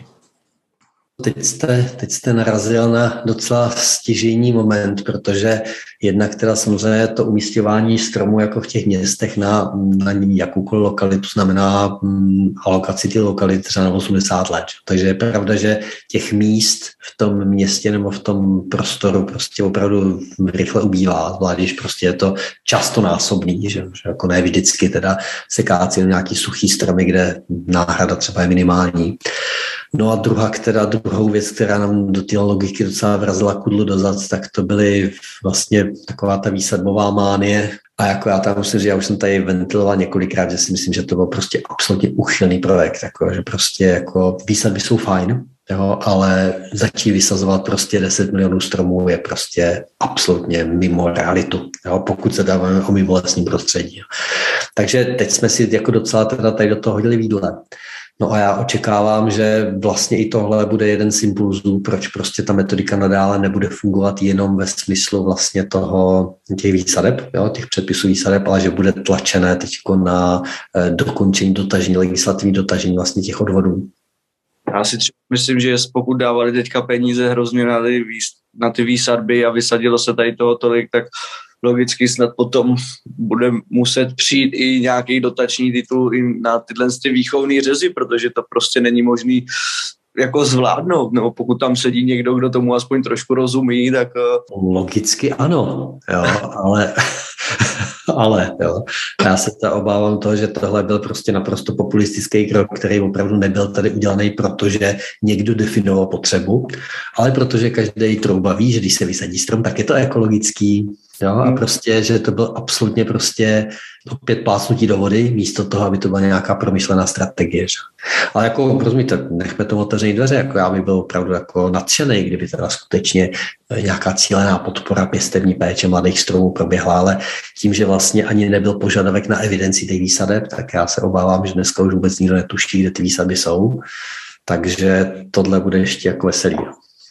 Teď jste narazil na docela stěžejní moment, protože jednak teda samozřejmě to umísťování stromů jako v těch městech na jakoukoliv lokalitu znamená alokaci ty lokality třeba na 80 let. Takže je pravda, že těch míst v tom městě nebo v tom prostoru prostě opravdu rychle ubývá, zvlášť když prostě je to častonásobný, že jako ne vždycky teda se kácí nějaký suchý stromy, kde náhrada třeba je minimální. No a druhou věc, která nám do té logiky docela vrazila kudlu do zad, tak to byly vlastně taková ta výsadbová mánie. A jako já tam musím říct, já už jsem tady ventiloval několikrát, že si myslím, že to byl prostě absolutně úchylný projekt. Jako, že prostě jako výsadby jsou fajn, jo, ale začít vysazovat prostě 10 milionů stromů je prostě absolutně mimo realitu, jo, pokud se dáváme o mimo lesním prostředí. Jo. Takže teď jsme si jako docela teda tady do toho hodili výdle. No a já očekávám, že vlastně i tohle bude jeden z impulzů, proč prostě ta metodika nadále nebude fungovat jenom ve smyslu vlastně těch výsadeb, jo, těch předpisů výsadeb, ale že bude tlačené teď na dokončení legislativní dotažení vlastně těch odvodů. Já si třeba myslím, že pokud dávali teďka peníze hrozně na ty výsadby a vysadilo se tady toho tolik, tak logicky snad potom bude muset přijít i nějaký dotační titul i na tyhle výchovný řezy, protože to prostě není možný jako zvládnout, nebo pokud tam sedí někdo, kdo tomu aspoň trošku rozumí, tak... Logicky ano, jo, ale jo. Já se obávám toho, že tohle byl prostě naprosto populistický krok, který opravdu nebyl tady udělaný, protože někdo definoval potřebu, ale protože každý trouba ví, že když se vysadí strom, tak je to ekologický. Jo, a prostě, že to byl absolutně prostě opět plácnutí do vody, místo toho, aby to byla nějaká promyšlená strategie. Že? Ale jako, rozumíte, nechme tomu otevřený dveře, jako já bych byl opravdu jako nadšený, kdyby teda skutečně nějaká cílená podpora pěstební péče mladých stromů proběhla, ale tím, že vlastně ani nebyl požadavek na evidenci těch výsadeb, tak já se obávám, že dneska už vůbec nikdo netuší, kde ty výsadby jsou, takže tohle bude ještě jako veselý.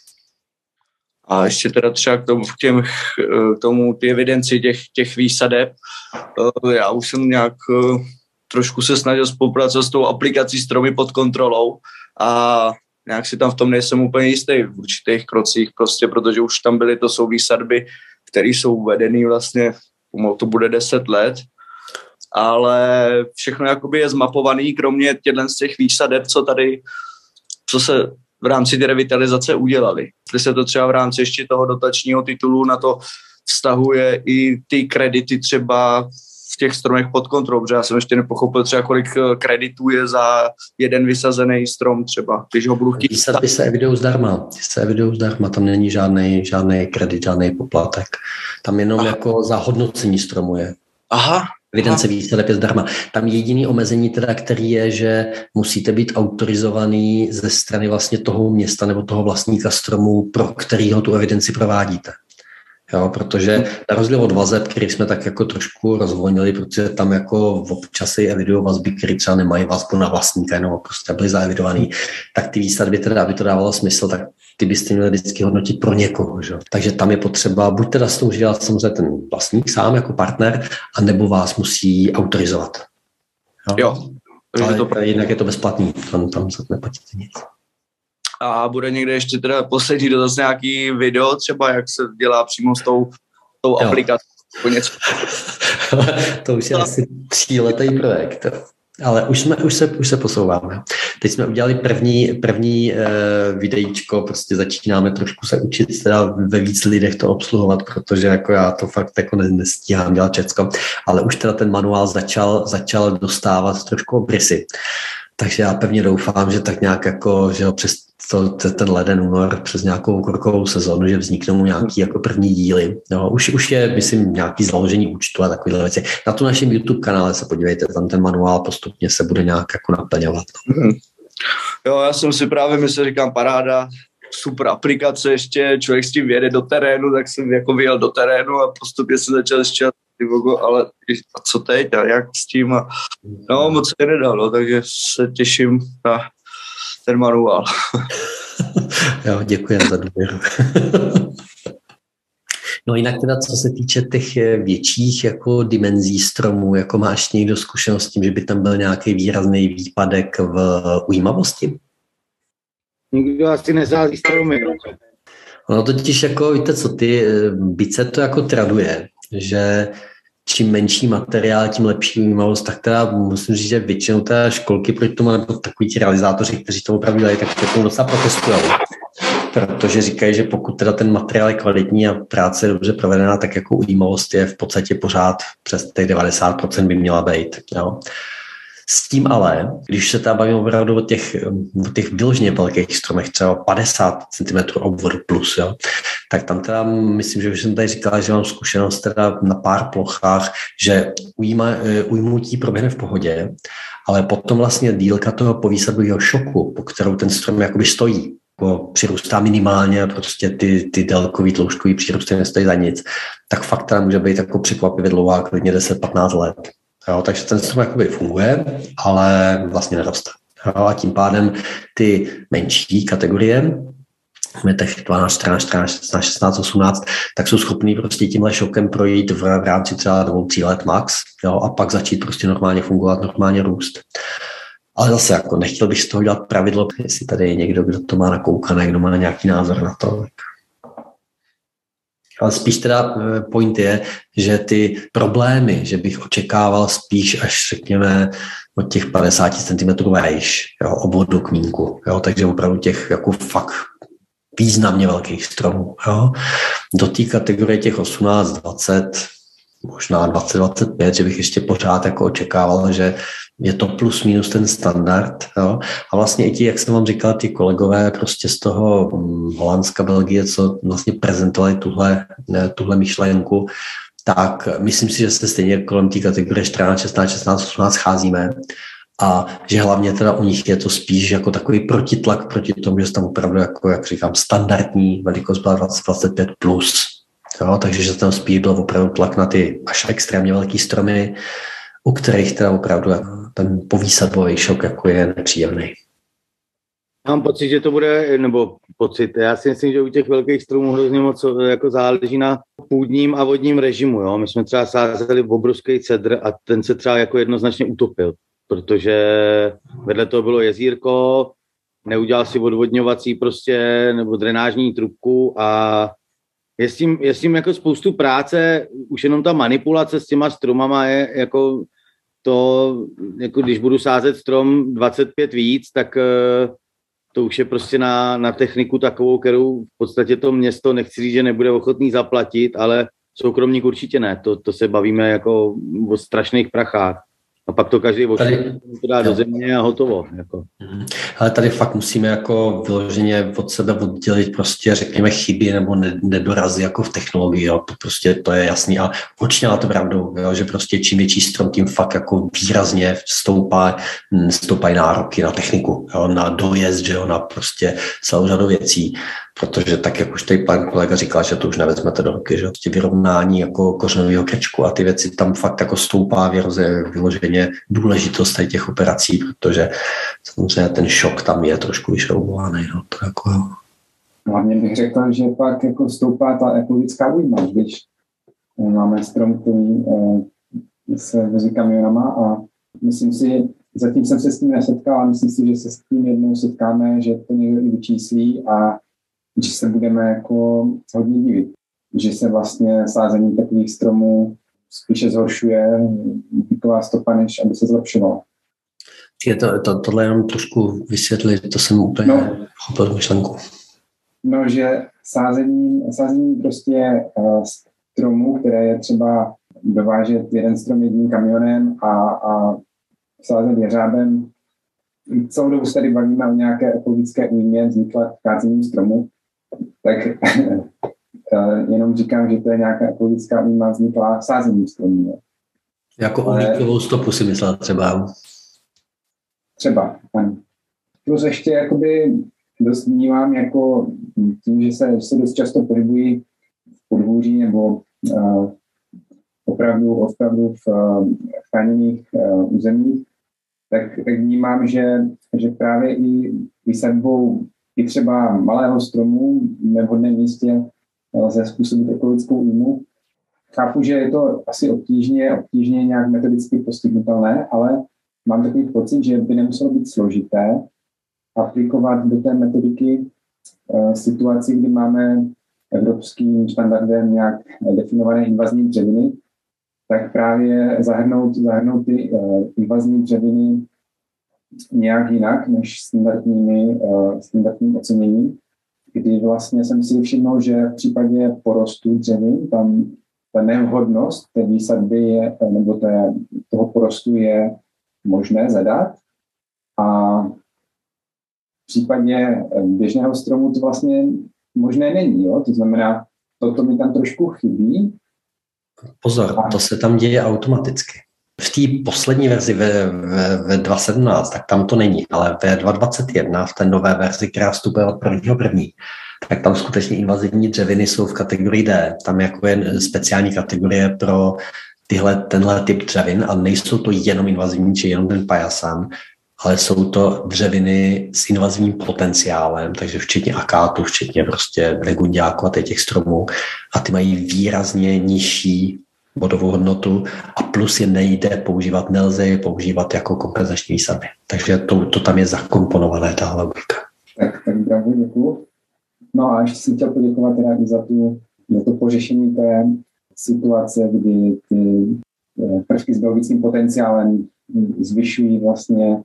A ještě teda třeba k tomu ty evidenci těch výsadeb. Já už jsem nějak trošku se snažil spolupracovat s tou aplikací Stromy pod kontrolou a nějak si tam v tom nejsem úplně jistý v určitých krocích, prostě protože už tam to jsou výsadby, které jsou uvedený vlastně, to bude 10 let, ale všechno jakoby je zmapovaný, kromě těch výsadeb, co se v rámci té revitalizace udělali. Když se to třeba v rámci ještě toho dotačního titulu na to vztahuje i ty kredity třeba v těch stromech pod kontrolou, protože já jsem ještě nepochopil třeba, kolik kreditů je za jeden vysazený strom třeba, když ho budu chtít. Výsadby se evidují zdarma, tam není žádný kredit, žádný poplatek. Tam jenom jako za hodnocení stromu je. Aha. Evidence výsadeb je zdarma. Tam jediný omezení teda, který je, že musíte být autorizovaný ze strany vlastně toho města nebo toho vlastníka stromu, pro kterýho tu evidenci provádíte. Jo, protože na rozdíl od vazeb, který jsme tak jako trošku rozvolnili, protože tam jako občas se evidují vazby, které třeba nemají vazbu na vlastníka, nebo prostě byly zaevidovaný, tak ty výsadby teda, aby to dávalo smysl, tak ty byste měli vždycky hodnotit pro někoho. Že? Takže tam je potřeba, buď teda s tom může dělat samozřejmě ten vlastník sám jako partner, anebo vás musí autorizovat. Jo. Ale jinak je to bezplatný, tam se neplatíte nic. A bude někde ještě teda poslední dotaz nějaký video třeba, jak se dělá přímo s tou aplikací? To už je asi 3letý projekt. Ale už se posouváme. Teď jsme udělali první videíčko, prostě začínáme trošku se učit teda ve víc lidech to obsluhovat, protože jako já to fakt jako nestíhám dělat všecko, ale už teda ten manuál začal dostávat trošku obrysy. Takže já pevně doufám, že tak nějak jako, že přes ten leden, únor, přes nějakou krokovou sezonu, že vzniknou nějaký jako první díly. No, už je, myslím, nějaký založení účtu a takovýhle věci. Na tu našem YouTube kanále se podívejte, tam ten manuál postupně se bude nějak jako naplňovat. Jo, já jsem si právě myslel, říkám, paráda, super aplikace ještě, člověk s tím vyjede do terénu, tak jsem jako vyjel do terénu a postupně se začal zčat, ale a co teď a jak s tím a no, moc se nedal, no, takže se těším na ten manuál. Jo, děkuji za důvěru. No jinak teda, co se týče těch větších jako dimenzí stromů, jako máš někdo zkušenost s tím, že by tam byl nějaký výrazný výpadek v ujímavosti? Nikdo asi nezází stromy. No totiž jako, víte co, byť se to jako traduje, že čím menší materiál, tím lepší ujímavost, tak teda musím říct, že většinou té školky proti tomu, nebo takový ti realizátoři, kteří to opravdu dělají, tak tomu docela protestují. Protože říkají, že pokud teda ten materiál je kvalitní a práce je dobře provedená, tak jako ujímavost je v podstatě pořád přes těch 90% by měla být. Jo. S tím ale, když se tam bavím opravdu o těch vyloženě velkých stromech, třeba 50 cm obvodu plus, jo, tak tam teda myslím, že už jsem tady říkala, že mám zkušenost teda na pár plochách, že ujmutí proběhne v pohodě, ale potom vlastně dílka toho povýsadového šoku, po kterou ten strom jakoby stojí, přirůstá minimálně a prostě ty délkový tloušťkový přírůsty nestojí za nic, tak fakt teda může být jako překvapivě dlouhá, klidně 10-15 let. Jo, takže ten strom jakoby funguje, ale vlastně neroste. Jo, a tím pádem ty menší kategorie, těch 12, 14, 14, 16, 16, 18, tak jsou schopný prostě tímhle šokem projít v rámci třeba 2-3 let max, jo, a pak začít prostě normálně fungovat, normálně růst. Ale zase jako nechtěl bych z toho dělat pravidlo, jestli tady je někdo, kdo to má nakoukané, kdo má nějaký názor na to. Ale spíš teda point je, že ty problémy, že bych očekával spíš až řekněme od těch 50 cm vejš, obvodu kmínku, jo, takže opravdu těch jako fakt významně velkých stromů. Jo. Do té kategorie těch 18, 20, možná 20, 25, že bych ještě pořád jako očekával, že je to plus minus ten standard. Jo. A vlastně i ti, jak jsem vám říkal, ty kolegové prostě z toho Holandska, Belgie, co vlastně prezentovali tuhle myšlenku, tak myslím si, že se stejně kolem té kategorie 14, 16, 16, 18 scházíme. A že hlavně teda u nich je to spíš jako takový protitlak proti tomu, že tam opravdu, jako, jak říkám, standardní velikost byla 20-25 plus. Jo, takže že tam spíš byl opravdu tlak na ty až extrémně velký stromy, u kterých teda opravdu ten povýsadbový šok jako je nepříjemný. Mám pocit, že to bude, nebo pocit, já si myslím, že u těch velkých stromů hrozně moc jako záleží na půdním a vodním režimu. Jo? My jsme třeba sázeli obrovský cedr a ten se třeba jako jednoznačně utopil, protože vedle toho bylo jezírko, neudělal si odvodňovací prostě nebo drenážní trubku a je s tím jako spoustu práce, už jenom ta manipulace s těma stromama je jako to, jako když budu sázet strom 25 víc, tak to už je prostě na techniku takovou, kterou v podstatě to město, nechci říct, že nebude ochotný zaplatit, ale soukromník určitě ne, to se bavíme jako o strašných prachách. A pak to každý to dá do země a hotovo. Jako. Ale tady fakt musíme jako vyloženě od sebe oddělit prostě, řekněme, chyby nebo nedorazy jako v technologii. Jo. Prostě to je jasný. A určitě máte pravdu, jo, že prostě čím větší strom, tím fakt jako výrazně stoupají nároky na techniku, jo, na dojezd, že jo, na prostě celou řadu věcí. Protože tak, jak už tady pan kolega říkal, že to už nevezmete do ruky, že prostě vyrovnání jako kořenového krečku a ty věci tam fakt jako stoupá vyloženě důležitost tady těch operací, protože samozřejmě ten šok tam je trošku vyšroubovaný. No, to jako... Hlavně bych řekl, že pak jako stoupá ta ekologická újma, když máme strom, který se vozí kamionama a myslím si, zatím jsem se s tím nesetkal, ale myslím si, že se s tím jednou setkáme, že to někdo i vyčíslí a že se budeme jako hodně divit. že se vlastně sázení takových stromů spíše zhoršuje výková stopa, než aby se zlepšovala. Tohle jenom trošku vysvětlit, to jsem úplně chopil myšlenku. No, že sázení prostě stromů, které je třeba dovážet jeden strom jedním kamionem a sázet jeřábem. Celou dobu se tady bavíme o nějaké ekologické újmě vznikla kácením stromu, tak jenom říkám, že to je nějaká ekologická újma vzniklá sázením stromů. Jako uhlíkovou stopu si myslel třeba. Třeba, ano. Plus ještě jakoby dost vnímám jako tím, že se dost často pohybují v podhůří nebo opravdu v chráněných územích, tak vnímám, že právě i výsadbou i třeba malého stromu v nevhodném místě lze způsobit ekologickou újmu. Chápu, že je to asi obtížně nějak metodicky postihnutelné, ale mám takový pocit, že by nemuselo být složité aplikovat do té metodiky situaci, kdy máme evropským standardem nějak definované invazní dřeviny, tak právě zahrnout ty invazní dřeviny nějak jinak než standardním oceněním, kdy vlastně jsem si všiml, že v případě porostu dřevin tam ta nevhodnost té výsadby nebo toho porostu je možné zadat a v případě běžného stromu to vlastně možné není. Jo? To znamená, toto mi tam trošku chybí. Pozor, to se tam děje automaticky. V té poslední verzi ve 2.17, tak tam to není, ale ve 2.21, v té nové verzi, která vstupuje od 1.1., tak tam skutečně invazivní dřeviny jsou v kategorii D. Tam jako je speciální kategorie pro tenhle typ dřevin a nejsou to jenom invazivní, či jenom ten pajasán, ale jsou to dřeviny s invazivním potenciálem, takže včetně akátu, včetně prostě legunďáku a těch stromů a ty mají výrazně nižší bodovou hodnotu a plus je nelze je používat jako kompenzační výsadby. Takže to tam je zakomponované, tahle logika. Tak bravo, děkuju. No a ještě jsem chtěl poděkovat teda i za to pořešení té situace, kdy ty prvky s biologickým potenciálem zvyšují vlastně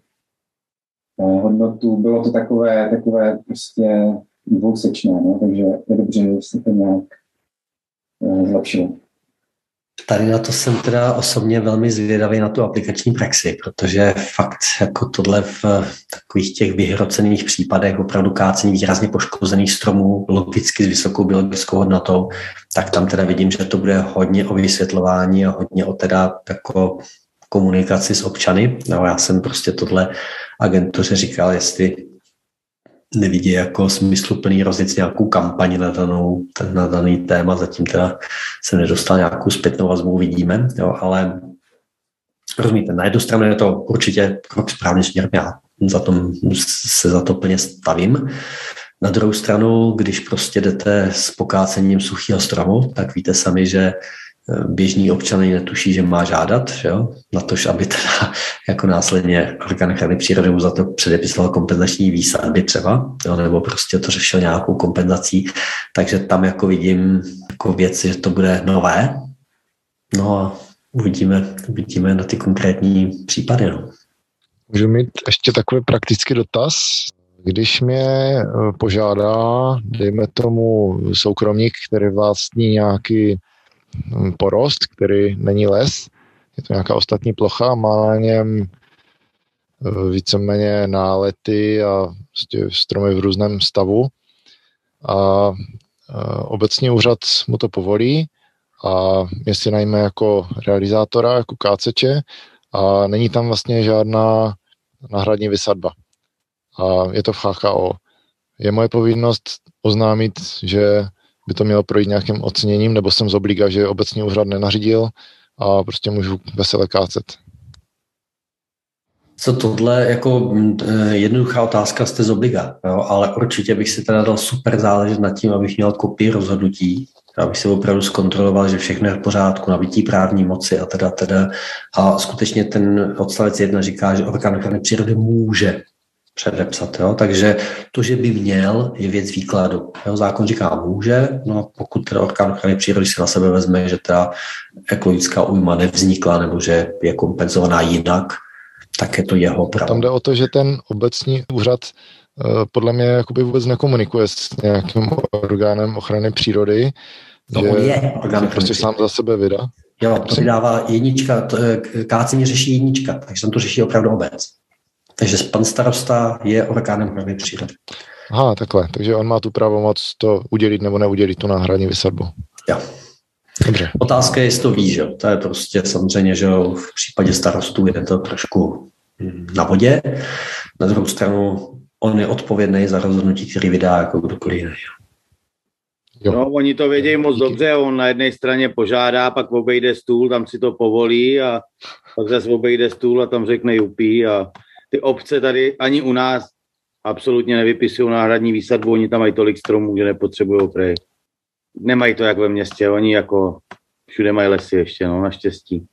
hodnotu. Bylo to takové prostě dvousečné, no? Takže je dobře, že se to nějak zlepšilo. Tady na to jsem teda osobně velmi zvědavý na tu aplikační praxi, protože fakt jako tohle v takových těch vyhrocených případech opravdu kácení výrazně poškozených stromů logicky s vysokou biologickou hodnotou, tak tam teda vidím, že to bude hodně o vysvětlování a hodně o teda jako komunikaci s občany. No, já jsem prostě tohle agentuře říkal, jestli nevidí jako smysluplný rozjet nějakou kampaň na daný téma, zatím teda jsem nedostal nějakou zpětnou vazbu, uvidíme, jo, ale rozumíte, na jednu stranu je to určitě krok správným směrem, já se za to plně stavím. Na druhou stranu, když prostě jdete s pokácením suchého stromu, tak víte sami, že běžný občan netuší, že má žádat, jo? Na to, aby teda jako následně orgán ochrany přírody mu za to předepisoval kompenzační výsadby třeba, jo? Nebo prostě to řešil nějakou kompenzací, takže tam jako vidím jako věci, že to bude nové, no a uvidíme na ty konkrétní případy. No. Můžu mít ještě takový praktický dotaz. Když mě požádá, dejme tomu soukromník, který vlastní nějaký porost, který není les, je to nějaká ostatní plocha, má na něm víceméně nálety a stromy v různém stavu a obecní úřad mu to povolí a mě si najme jako realizátora, jako káceče a není tam vlastně žádná náhradní vysadba. A je to v HKO. Je moje povinnost oznámit, že by to mělo projít nějakým oceněním, nebo jsem z obliga, že obecní úřad nenařídil a prostě můžu vesele kácet. Co tohle, jako jednoduchá otázka, jste z obliga, jo? Ale určitě bych si teda dal super záležet nad tím, abych měl kopii rozhodnutí, abych si opravdu zkontroloval, že všechno je v pořádku, nabití právní moci a teda. A skutečně ten odstavec 1 říká, že orgán ochrany přírody může předepsat. Jo? Takže to, že by měl, je věc výkladu. Jo? Zákon říká může, no a pokud teda orgán ochrany přírody si na sebe vezme, že ta ekologická újma nevznikla nebo že je kompenzovaná jinak, tak je to jeho právo. Tam jde o to, že ten obecní úřad podle mě jakoby vůbec nekomunikuje s nějakým orgánem ochrany přírody. To on je orgán prostě sám za sebe vydá. Jo, to vydává jednička, kácení řeší jednička, takže tam to řeší opravdu obec. Takže pan starosta je orgánem ochrany přírody. Aha, takhle. Takže on má tu pravomoc to udělit nebo neudělit tu náhradní vysadbu. Jo. Dobře. Otázka je, jestli to ví, že? To je prostě samozřejmě, že v případě starostů je to trošku na vodě. Na druhou stranu on je odpovědný za rozhodnutí, který vydá jako kdokoliv jiný. No, oni to vědějí moc dobře, on na jedné straně požádá, pak obejde stůl, tam si to povolí a pak zase obejde stůl a tam řekne jupí a ty obce tady ani u nás absolutně nevypisují náhradní výsadbu, oni tam mají tolik stromů, že nepotřebují prej. Nemají to jak ve městě, oni jako všude mají lesy ještě, no, naštěstí.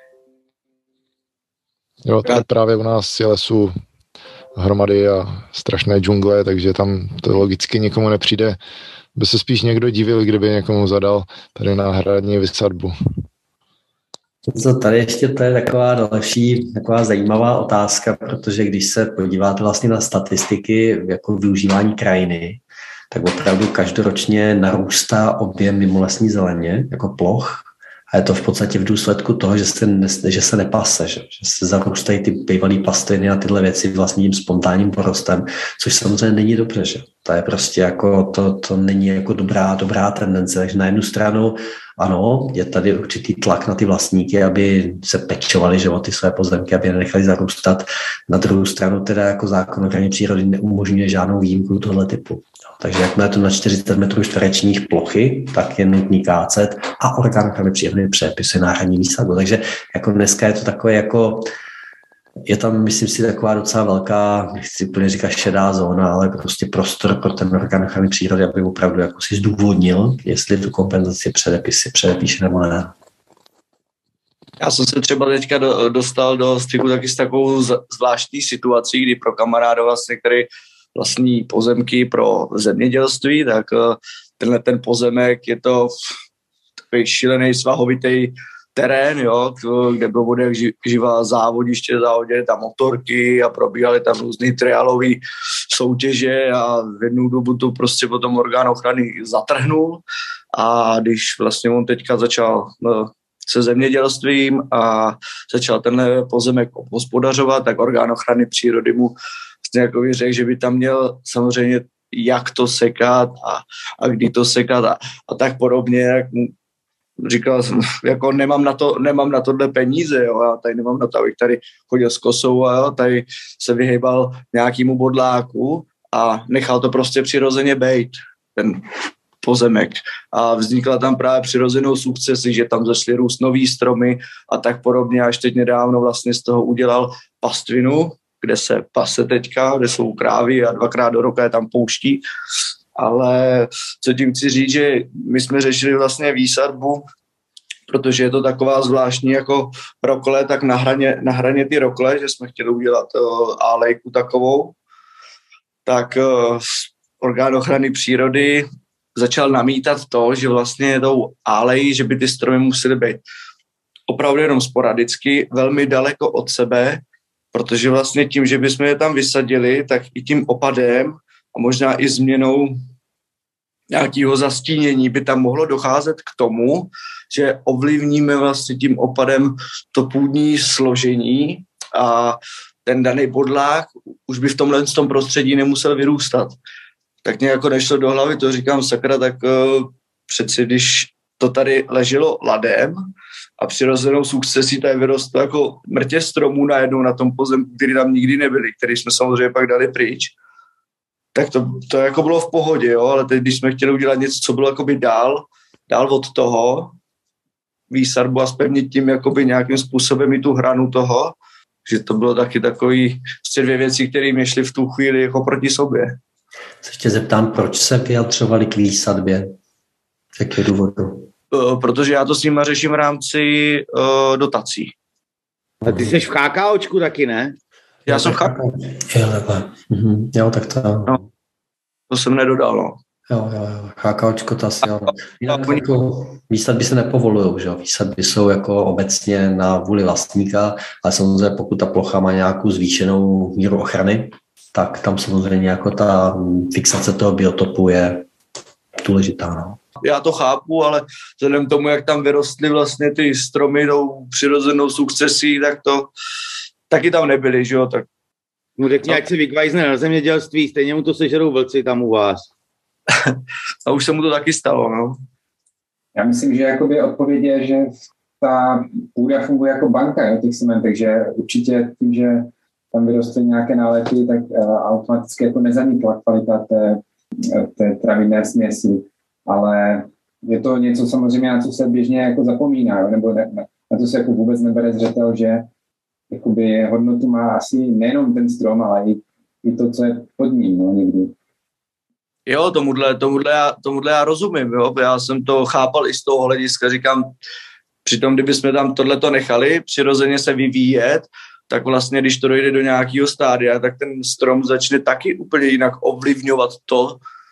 Jo, tady právě u nás je lesů hromady a strašné džungle, takže tam to logicky nikomu nepřijde. By se spíš někdo divil, kdyby někomu zadal tady náhradní vysadbu. Tady ještě to je taková další, taková zajímavá otázka, protože když se podíváte vlastně na statistiky jako využívání krajiny, tak opravdu každoročně narůstá objem mimolesní zeleně, jako ploch, a je to v podstatě v důsledku toho, že se nepase, že se zarůstají ty bývalý pastviny a tyhle věci vlastně tím spontánním porostem, což samozřejmě není dobře, že? To je prostě jako, to není jako dobrá tendence, takže na jednu stranu ano, je tady určitý tlak na ty vlastníky, aby se pečovali, že o ty své pozemky, aby je nenechali zarůstat. Na druhou stranu teda jako zákon o ochraně přírody neumožňuje žádnou výjimku tohle typu. Takže jakmile to na 40 metrů čtverečních plochy, tak je nutný kácet a orgán ochrany přírody předepisuje náhradní výsadbu. Takže jako dneska je to takové jako, je tam, myslím si, taková docela velká, nechci úplně říkat šedá zóna, ale prostě prostor pro ten orgán ochrany přírody, aby opravdu jako si zdůvodnil, jestli tu kompenzaci předepíše nebo ne. Já jsem se třeba teďka dostal do styku taky s takovou zvláštní situací, kdy pro kamaráda vlastně, který vlastní pozemky pro zemědělství, tak ten pozemek je to takový šílený svahovitý terén, jo, kde bylo bude živá závodiště, závodě tam motorky a probíhaly tam různý triálové soutěže a v jednu dobu to prostě potom orgán ochrany zatrhnul a když vlastně on teďka začal se zemědělstvím a začal tenhle pozemek obhospodařovat, tak orgán ochrany přírody mu jako řekl, že by tam měl samozřejmě jak to sekat a kdy to sekat a tak podobně, jak říkal jsem, jako nemám na tohle peníze, jo, já tady nemám na to, abych tady chodil s kosou a jo, tady se vyhejbal nějakému bodláku a nechal to prostě přirozeně bejt, ten pozemek. A vznikla tam právě přirozenou sukcesi, že tam zašly růst nový stromy a tak podobně. Až teď nedávno vlastně z toho udělal pastvinu, kde se pase teďka, kde jsou krávy a 2krát do roka je tam pouští. Ale co tím chci říct, že my jsme řešili vlastně výsadbu, protože je to taková zvláštní jako rokle, tak na hraně ty rokle, že jsme chtěli udělat álejku takovou, tak orgán ochrany přírody začal namítat to, že vlastně tou álejí, že by ty stromy musely být opravdu jenom sporadicky, velmi daleko od sebe, protože vlastně tím, že bychom je tam vysadili, tak i tím opadem a možná i změnou nějakého zastínění by tam mohlo docházet k tomu, že ovlivníme vlastně tím opadem to půdní složení a ten daný bodlák už by v tomhle prostředí nemusel vyrůstat. Tak mě jako nešlo do hlavy, to říkám sakra, tak přeci když to tady leželo ladem a přirozenou sukcesí tady vyrostlo jako mrtě stromů najednou na tom pozemku, který tam nikdy nebyli, který jsme samozřejmě pak dali pryč, tak to jako bylo v pohodě, jo, ale teď, když jsme chtěli udělat něco, co bylo jakoby dál od toho, výsadbu a zpevnit tím jakoby nějakým způsobem i tu hranu toho, že to bylo taky takový prostě dvě věci, které mi šly v tu chvíli jako proti sobě. Se ještě zeptám, proč se vyjadřovali k výsadbě? Z jakého důvodu? Protože já to s nima řeším v rámci dotací. A ty jsi v KKOčku taky, ne? Já jsem chápal. Jo, tak to... No, to jsem nedodal, no. Jo, chákaočko to asi jo. Jinak jako výsadby se nepovolujou, že jo? Výsadby jsou jako obecně na vůli vlastníka, ale samozřejmě pokud ta plocha má nějakou zvýšenou míru ochrany, tak tam samozřejmě jako ta fixace toho biotopu je důležitá, no. Já to chápu, ale vzhledem k tomu, jak tam vyrostly vlastně ty stromy tou přirozenou sukcesí, tak to taky tam nebyly, že jo? Tak mu řekni, ať se vykvajzne na zemědělství, stejně mu to sežerou vlci tam u vás. A už se mu to taky stalo, no. Já myslím, že jakoby odpověď je, že ta půda funguje jako banka, jo, těch sementech, že určitě tím, že tam vyrostly nějaké nálety, tak automaticky jako nezanikla kvalita té travinné směsi, ale je to něco samozřejmě, na co se běžně jako zapomíná, jo, nebo na to se jako vůbec nebere zřetel, že jakoby hodnotu má asi nejenom ten strom, ale i to, co je pod ním, no, někdy. Jo, tomuhle já rozumím, jo. Já jsem to chápal i z toho hlediska, říkám, přitom kdybychom tam tohleto nechali přirozeně se vyvíjet, tak vlastně, když to dojde do nějakého stádia, tak ten strom začne taky úplně jinak ovlivňovat to,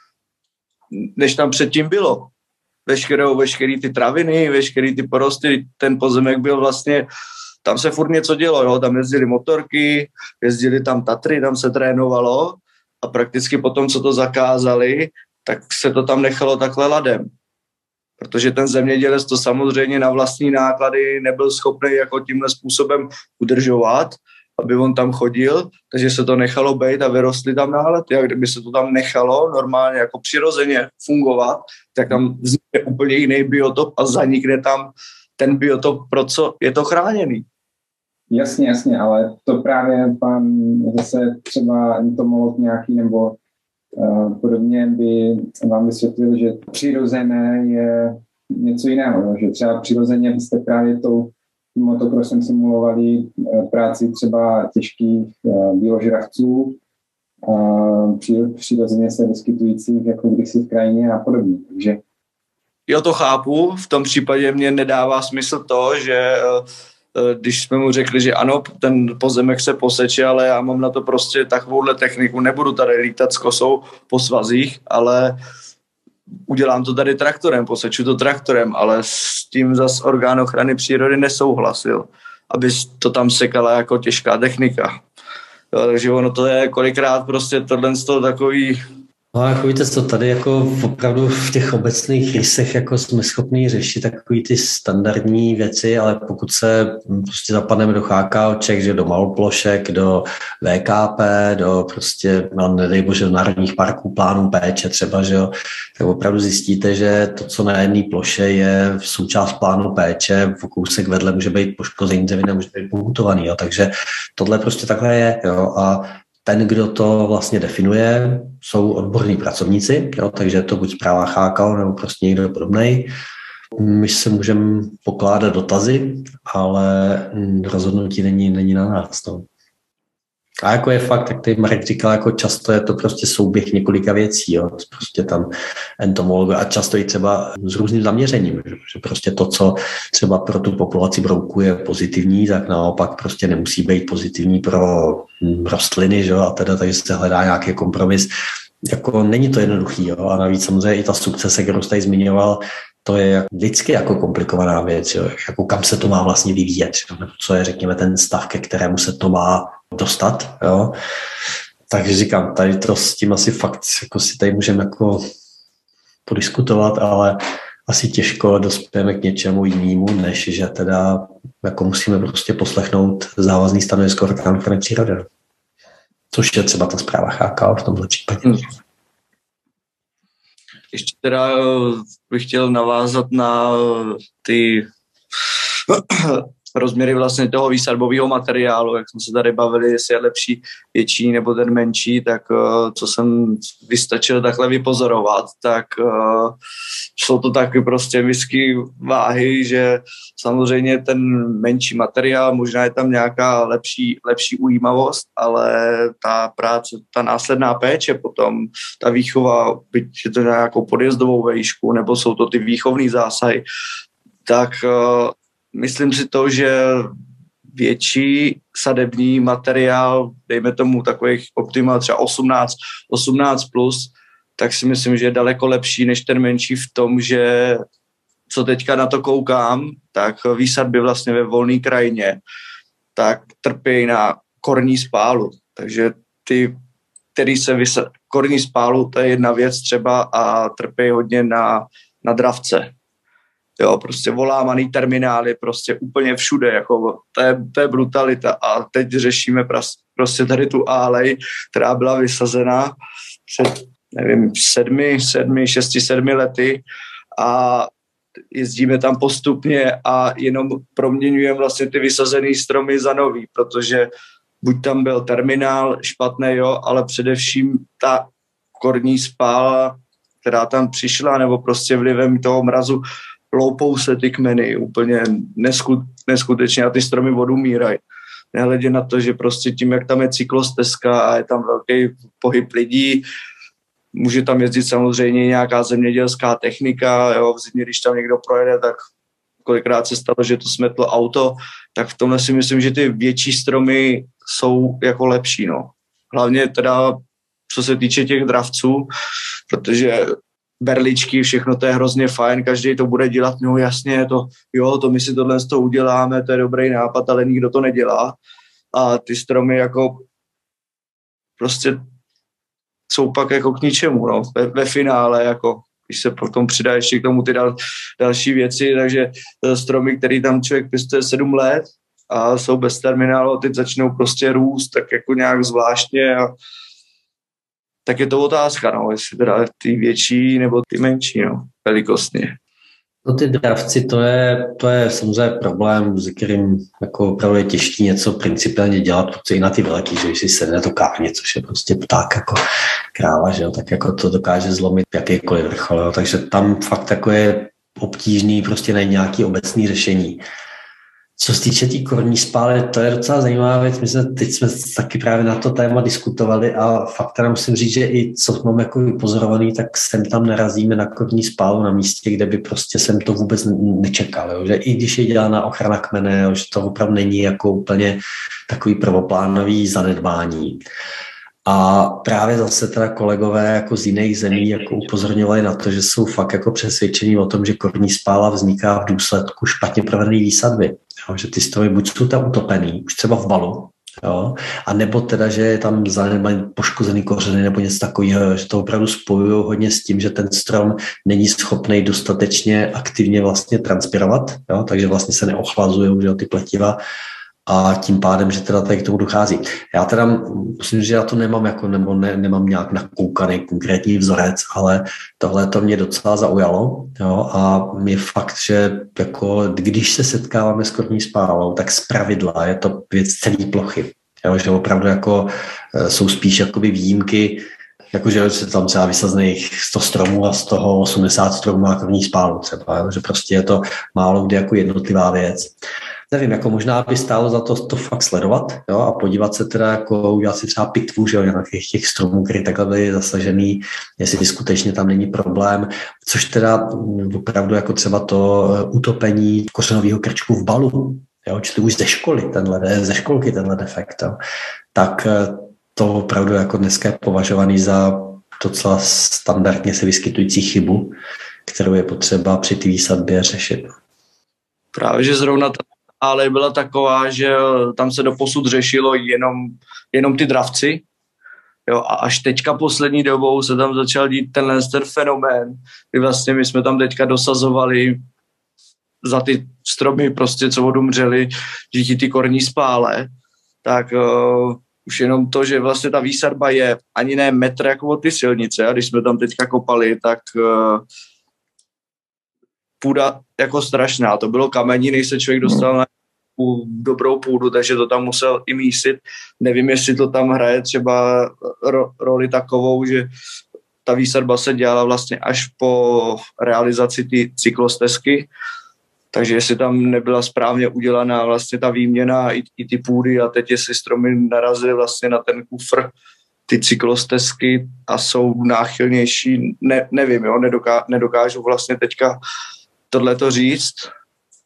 než tam předtím bylo. Veškerý ty traviny, veškerý ty porosty, ten pozemek byl vlastně, tam se furt něco dělo, jo. Tam jezdily motorky, jezdily tam Tatry, tam se trénovalo a prakticky potom, co to zakázali, tak se to tam nechalo takhle ladem. Protože ten zemědělec to samozřejmě na vlastní náklady nebyl schopný jako tímhle způsobem udržovat, aby on tam chodil, takže se to nechalo bejt a vyrostly tam nálety. A kdyby se to tam nechalo normálně jako přirozeně fungovat, tak tam vznikne úplně jiný biotop a zanikne tam ten biotop, pro co je to chráněný. Jasně, ale to právě pan zase třeba entomolog nějaký nebo podobně by vám vysvětlil, že přirozené je něco jiného, jo? Že třeba přirozeně byste právě tím motokrosem simulovali práci třeba těžkých býložravců, přirozeně se vyskytujících jako kdysi v krajině a podobně. Takže... Jo, to chápu. V tom případě mě nedává smysl to, že když jsme mu řekli, že ano, ten pozemek se poseče, ale já mám na to prostě takovouhle techniku, nebudu tady lítat s kosou po svazích, ale udělám to tady traktorem, poseču to traktorem, ale s tím zas orgán ochrany přírody nesouhlasil, aby to tam sekala jako těžká technika. Jo, takže ono to je kolikrát prostě tohle z toho takový... No jako víte co, tady jako opravdu v těch obecných rysech jako jsme schopni řešit takový ty standardní věci, ale pokud se prostě zapadneme do chákaoček, že do maloplošek, do VKP, do prostě, nedej bože, do národních parků, plánů péče třeba, že jo, tak opravdu zjistíte, že to, co na jedné ploše je v součást plánu péče, v kousek vedle může být poškození dřeviny, může být pohutovaný, jo, takže tohle prostě takhle je, jo, a ten, kdo to vlastně definuje, jsou odborní pracovníci, jo, takže je to buď správa chákal nebo prostě někdo podobnej. My se můžeme pokládat dotazy, ale rozhodnutí není na nás. No. A jako je fakt, jak tady Marek říkal, jako často je to prostě souběh několika věcí, jo. Prostě tam entomolog a často i třeba s různým zaměřením, že prostě to, co třeba pro tu populaci brouků je pozitivní, tak naopak prostě nemusí být pozitivní pro rostliny, že jo, a teda takže se hledá nějaký kompromis. Jako není to jednoduchý, jo, a navíc samozřejmě i ta sukcese, kterou jste zmiňoval, to je vždycky jako komplikovaná věc, jo, jako kam se to má vlastně vyvíjet, jo, nebo co je, řekněme, ten stav, ke kterému se to má dostat, jo. Takže říkám, tady to s tím asi fakt jako si tady můžeme jako podiskutovat, ale asi těžko dospějeme k něčemu jinému, než že teda jako musíme prostě poslechnout závazný stanovisko orgánu ochrany přírody. Což je třeba ta zpráva chákal v tomto případě. Ještě teda bych chtěl navázat na ty rozměry vlastně toho výsadbového materiálu, jak jsme se tady bavili, jestli je lepší větší nebo ten menší, tak co jsem vystačil takhle vypozorovat, tak jsou to taky prostě misky váhy, že samozřejmě ten menší materiál, možná je tam nějaká lepší ujímavost, ale ta práce, ta následná péče potom, ta výchova, byť je to nějakou podjezdovou vejšku, nebo jsou to ty výchovný zásahy, tak myslím si to, že větší sadební materiál, dejme tomu takových optimal třeba 18 plus, tak si myslím, že je daleko lepší než ten menší v tom, že co teďka na to koukám, tak výsadby vlastně ve volné krajině, tak trpí na korní spálu. Takže ty, který se korní spálu, to je jedna věc třeba a trpí hodně na dravce. Jo, prostě volámaný terminály prostě úplně všude, jako to je brutalita a teď řešíme prostě tady tu álej, která byla vysazena před, nevím, 6-7 lety a jezdíme tam postupně a jenom proměňujeme vlastně ty vysazené stromy za nový, protože buď tam byl terminál špatný, jo, ale především ta korní spála, která tam přišla, nebo prostě vlivem toho mrazu loupou se ty kmeny úplně neskutečně a ty stromy odumírají. Nehledě na to, že prostě tím, jak tam je cyklostezka a je tam velký pohyb lidí, může tam jezdit samozřejmě nějaká zemědělská technika, jo, v zimě, když tam někdo projede, tak kolikrát se stalo, že to smetlo auto, tak v tomhle si myslím, že ty větší stromy jsou jako lepší, no. Hlavně teda, co se týče těch dravců, protože berličky, všechno to je hrozně fajn, každý to bude dělat, no jasně, to my si tohle z toho uděláme, to je dobrý nápad, ale nikdo to nedělá. A ty stromy jako prostě jsou pak jako k ničemu, no, ve finále, jako když se potom přidá ještě k tomu ty další věci, takže stromy, který tam člověk pěstuje 7 let a jsou bez terminálu, teď začnou prostě růst tak jako nějak zvláštně a tak je to otázka, no, jestli teda ty větší nebo ty menší, no, velikostně. No ty dravci, to je samozřejmě problém, s kterým jako opravdu je těžký něco principiálně dělat, protože i na ty velký, že když si sedne to kávně, což je prostě pták jako kráva, že jo, tak jako to dokáže zlomit jakýkoliv vrchol, jo, takže tam fakt jako je obtížný, prostě najít nějaký obecný řešení. Co se týče té korní spály, to je docela zajímavá věc. Teď jsme taky právě na to téma diskutovali a fakt teda musím říct, že i co mám jako vypozorovaný, tak sem tam narazíme na korní spálu na místě, kde by prostě jsem to vůbec nečekal. Jo? Že i když je dělána ochrana kmene, jo? Že to opravdu není jako úplně takový prvoplánový zanedbání. A právě zase teda kolegové jako z jiných zemí jako upozorňovali na to, že jsou fakt jako přesvědčení o tom, že korní spála vzniká v důsledku špatně provedené výsadby. Jo, že ty stromy buď jsou tam utopený, už třeba v balu, jo, a nebo teda, že je tam zanedbaný poškozený kořeny nebo něco takového, že to opravdu spojují hodně s tím, že ten strom není schopný dostatečně aktivně vlastně transpirovat, jo, takže vlastně se neochlazují, že ty pletiva, a tím pádem, že teda tady k tomu dochází. Já teda musím, že já to nemám jako, nebo nemám nějak nakoukaný konkrétní vzorec, ale tohle to mě docela zaujalo, jo, a je fakt, že jako, když se setkáváme s korní spálou, tak zpravidla je to věc celé plochy, jo, že opravdu jako jsou spíš jakoby výjimky, jakože se tam třeba vysazených 100 stromů a z toho 80 stromů má korní spálu třeba, jo, že prostě je to málo kdy jako jednotlivá věc. Nevím, jako možná by stálo za to fakt sledovat, jo, a podívat se teda, jako udělat si třeba pitvu, že jo, nějakých těch stromů, které takhle byly zasažený, jestli skutečně tam není problém, což teda opravdu jako třeba to utopení kořenového krčku v balu, jo, čili už ze školky tenhle defekt, jo, tak to opravdu jako dneska je považovaný za docela standardně se vyskytující chybu, kterou je potřeba při té výsadbě řešit. Právě, že zrovna ale byla taková, že tam se doposud řešilo jenom ty dravci. Jo, a až teďka poslední dobou se tam začal dít ten fenomén, kdy vlastně my jsme tam teďka dosazovali za ty stromy prostě, co odumřeli díky ty korní spále, tak už jenom to, že vlastně ta výsadba je ani ne metr jako od ty silnice, a když jsme tam teďka kopali, tak půda jako strašná. To bylo kamení, než se člověk dostal na dobrou půdu, takže to tam musel i mísit. Nevím, jestli to tam hraje třeba roli takovou, že ta výsadba se dělala vlastně až po realizaci ty cyklostezky, takže jestli tam nebyla správně udělaná vlastně ta výměna i ty půdy a teď jestli stromy narazily vlastně na ten kufr ty cyklostezky a jsou náchylnější, nevím, jo, nedokážu vlastně teďka tohleto říct.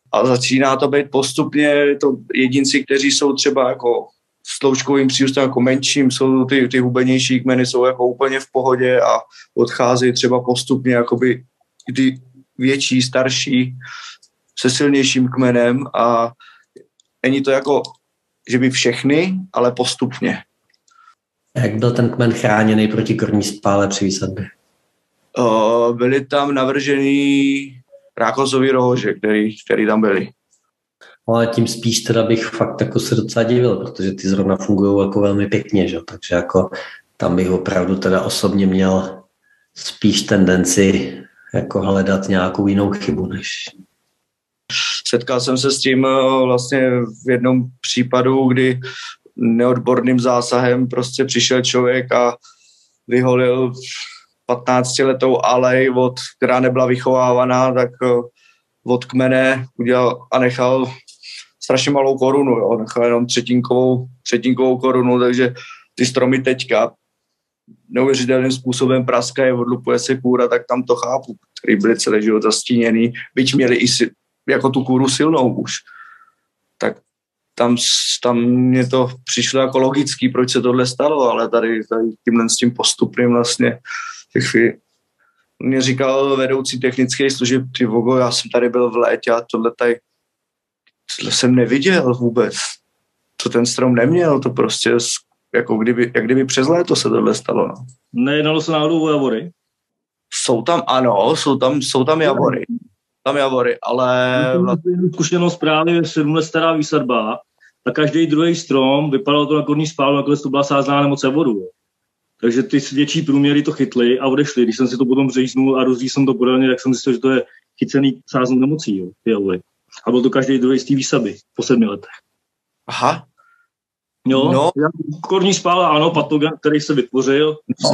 A začíná to být postupně to jedinci, kteří jsou třeba jako s tloušťkovým přírůstem jako menším, jsou ty hubenější kmeny jsou jako úplně v pohodě a odchází třeba postupně jakoby ty větší, starší se silnějším kmenem a není to jako, že by všechny, ale postupně. Jak byl ten kmen chráněný proti korní spále při výsadbě? Byli tam navržený rákosový rohože, který tam byli. Ale tím spíš teda bych fakt jako se docela divil, protože ty zrovna fungují jako velmi pěkně, že? Takže jako tam bych opravdu teda osobně měl spíš tendenci jako hledat nějakou jinou chybu než... Setkal jsem se s tím vlastně v jednom případu, kdy neodborným zásahem prostě přišel člověk a vyholil 15letou alej, která nebyla vychovávaná, tak od kmene udělal a nechal strašně malou korunu, jo. Nechal jenom třetinkovou korunu, takže ty stromy teďka neuvěřitelným způsobem praskají, odlupuje se kůra, tak tam to chápu, který byli celý život zastíněný, byť měli i jako tu kůru silnou už. Tak tam mě to přišlo jako logický, proč se tohle stalo, ale tady tímhle s tím postupným vlastně těch chvíli. Mě říkal vedoucí technických služeb, ty vogo, já jsem tady byl v létě a tohle jsem neviděl vůbec. To ten strom neměl, to prostě jako jak kdyby přes léto se tohle stalo. No. Nejednalo se náhodou o javory? Jsou tam javory. Tam javory, ale... Zkušenost právě 7 let stará výsadba a každý druhý strom vypadal to na korní spálu, nakonec to byla sázaná nemoc javoru. Takže ty větší průměry to chytly a odešly. Když jsem si to potom řeznul a rozřízl jsem to podélně, tak jsem zjistil, že to je chycený sáznou nemocí, jo, ty javory. A byl to každý druhý z té výsadby po 7 letech. Aha. Jo, no. Korní spála, ano, patogen, který se vytvořil,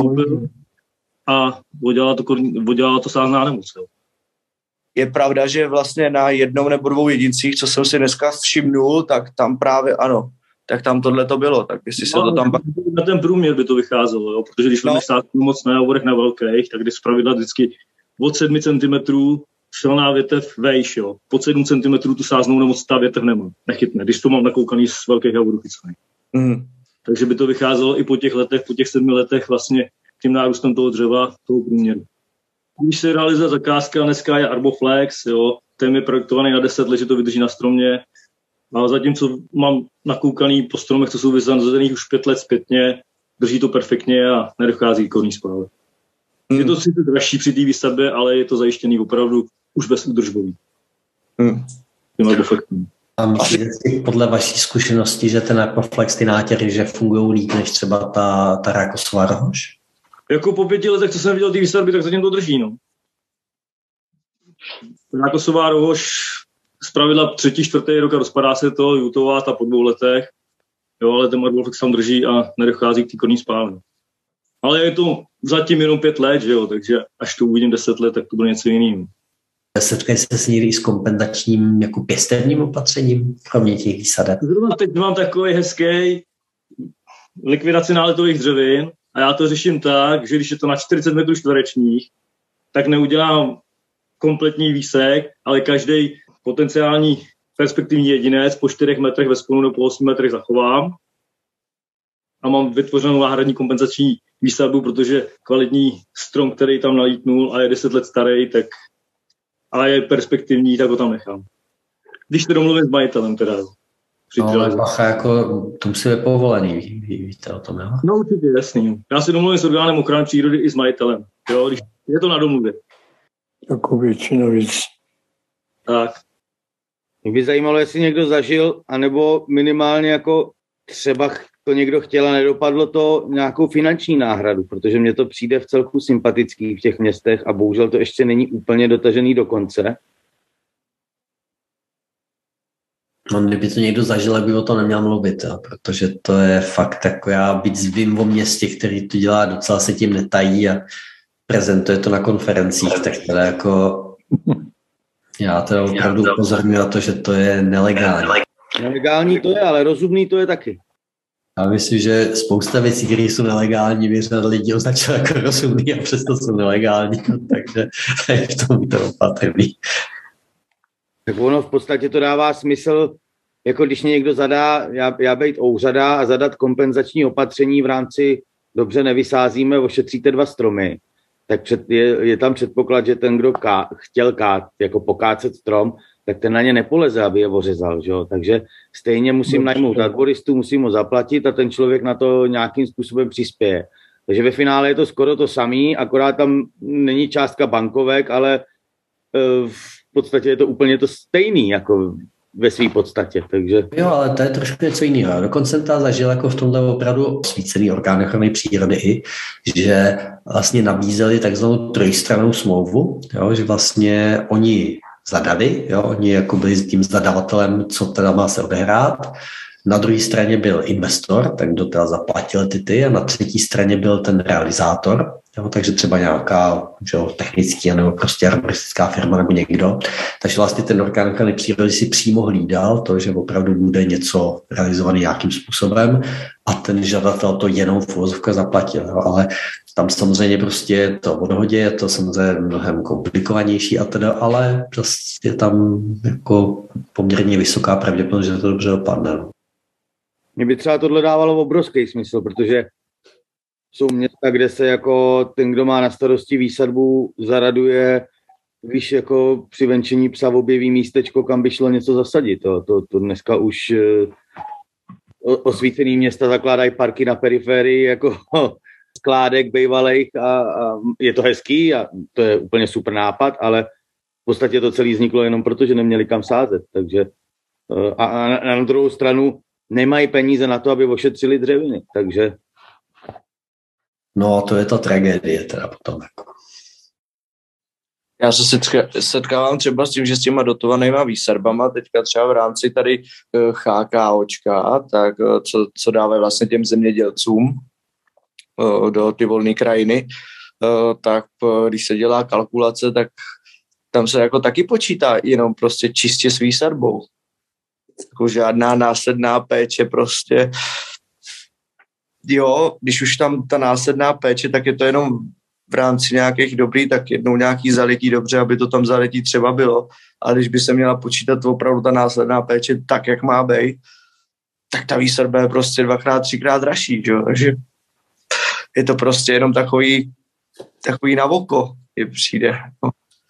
a oddělala to sázná nemoc, jo. Je pravda, že vlastně na jednom nebo 2 jedincích, co jsem si dneska všimnul, tak tam právě ano, tak tam tohle to bylo, tak jestli se to tam... Na ten průměr by to vycházelo, jo? Protože když máme sáznou nemoc na javorech na velkých, tak když zpravidla vždycky od 7 cm silná větev vejš, jo. Pod 7 cm tu sáznou nemoc ta větev nemá, nechytne, když to mám nakoukaný z velkých javorů chycený. Takže by to vycházelo i po těch 7 letech vlastně tím nárůstem toho dřeva, toho průměru. Když se realizuje zakázka, dneska je Arboflex, jo, ten je projektovaný na 10 let, že to vydrží na stromě. A zatímco mám nakoukaný po stromech, co jsou vysazených už 5 let zpětně, drží to perfektně a nedochází k korní spále. Je to sice dražší při té výsadbě, ale je to zajištěný opravdu už bezúdržbový. Tím Arboflexem. A myslíte si podle vaší zkušenosti, že ten Arboflex, ty nátěry, že fungují líp než třeba ta rákosová rohož? Jako po 5 letech, co jsem viděl ty výsadby, tak zatím to drží, no. Rákosová rohož zpravidla 3., 4. rok a rozpadá se to, jutová ta po 2 letech, jo, ale ten Arboflex tam drží a nedochází k té korní spále. Ale je to zatím jenom 5 let, že jo, takže až to uvidím 10 let, tak to bude něco jiného. Setkají se s někdy s kompenzačním jako pěstevním opatřením, kromě těch výsadeb? Zrovna teď mám takový hezký likvidaci náletových dřevin a já to řeším tak, že když je to na 40 metrů čtverečních, tak neudělám kompletní výsek, ale každý potenciální perspektivní jedinec po 4 metrech ve sklonu nebo po 8 metrech zachovám a mám vytvořenou náhradní kompenzační výsadbu, protože kvalitní strom, který tam nalítnul a je 10 let starý, tak ale je perspektivní, tak ho tam nechám. Když to domluvím s majitelem teda. No, bacha, jako to musí být povolený, víte o tom, jo? No určitě, jasný. Já si domluvím s orgánem ochrany přírody i s majitelem, jo, když je to na domluvě. Jako většinou víc. Tak. Mě by zajímalo, jestli někdo zažil, anebo minimálně jako třeba to někdo chtěl a nedopadlo to nějakou finanční náhradu, protože mně to přijde v celku sympatický v těch městech a bohužel to ještě není úplně dotažený do konce. No, kdyby to někdo zažil, by o to neměl mluvit, jo, protože to je fakt jako já víc vím o městě, který to dělá, docela se tím netají a prezentuje to na konferencích, tak teda jako já teda opravdu upozorňuji na to, že to je nelegální. Nelegální to je, ale rozumný to je taky. Já myslím, že spousta věcí, které jsou nelegální, většina lidí označila jako rozumný a přesto jsou nelegální, takže v tom to opatrný. Tak ono v podstatě to dává smysl, jako když někdo zadá, já být ouřada a zadat kompenzační opatření v rámci dobře nevysázíme, ošetříte 2 stromy, tak je tam předpoklad, že ten, kdo chtěl jako pokácet strom, tak ten na ně nepoleze, aby je ořezal. Že? Takže stejně musím najmout arboristu, musím ho zaplatit a ten člověk na to nějakým způsobem přispěje. Takže ve finále je to skoro to samé, akorát tam není částka bankovek, ale v podstatě je to úplně to stejný, jako ve své podstatě. Takže... Jo, ale to je trošku něco jiného. Dokonce jsem ta zažil jako v tomhle opravdu osvícený orgán ochrany přírody i, že vlastně nabízeli takzvanou trojstrannou smlouvu, jo, že vlastně oni zadali, jo, oni jako byli s tím zadavatelem, co teda má se odehrát. Na druhé straně byl investor, tak kdo teda zaplatil ty a na třetí straně byl ten realizátor, jo, takže třeba nějaká technická nebo prostě arboristická firma nebo někdo. Takže vlastně ten orgán ochrany přírody si přímo hlídal to, že opravdu bude něco realizované nějakým způsobem a ten žadatel to jenom v uvozovkách zaplatil. Jo, ale tam samozřejmě prostě to o dohodě, je to samozřejmě mnohem komplikovanější a teda, ale prostě tam jako poměrně vysoká pravděpodobnost, že to dobře dopadne. No. Mně by třeba tohle dávalo obrovský smysl, protože jsou města, kde se jako ten, kdo má na starosti výsadbu, zaraduje, když jako při venčení psa objeví místečko, kam by šlo něco zasadit. To dneska už osvícený města zakládají parky na periferii jako skládek bejvalejch a je to hezký a to je úplně super nápad, ale v podstatě to celé vzniklo jenom proto, že neměli kam sázet. Takže a na druhou stranu nemají peníze na to, aby ošetřili dřeviny, takže... No, to je ta tragédie teda potom. Jako. Já se setkávám třeba s tím, že s těma dotovanýma výsadbama, teďka třeba v rámci tady HKOčka, tak co dávají vlastně těm zemědělcům do ty volné krajiny, tak když se dělá kalkulace, tak tam se jako taky počítá jenom prostě čistě s výsadbou. Jako žádná následná péče prostě. Jo, když už tam ta následná péče, tak je to jenom v rámci nějakých dobrý, tak jednou nějaký zalití dobře, aby to tam zalití třeba bylo. Ale když by se měla počítat opravdu ta následná péče tak, jak má být, tak ta výsadba je prostě 2x, 3x dražší, jo. Takže je to prostě jenom takový na oko, je přijde. No.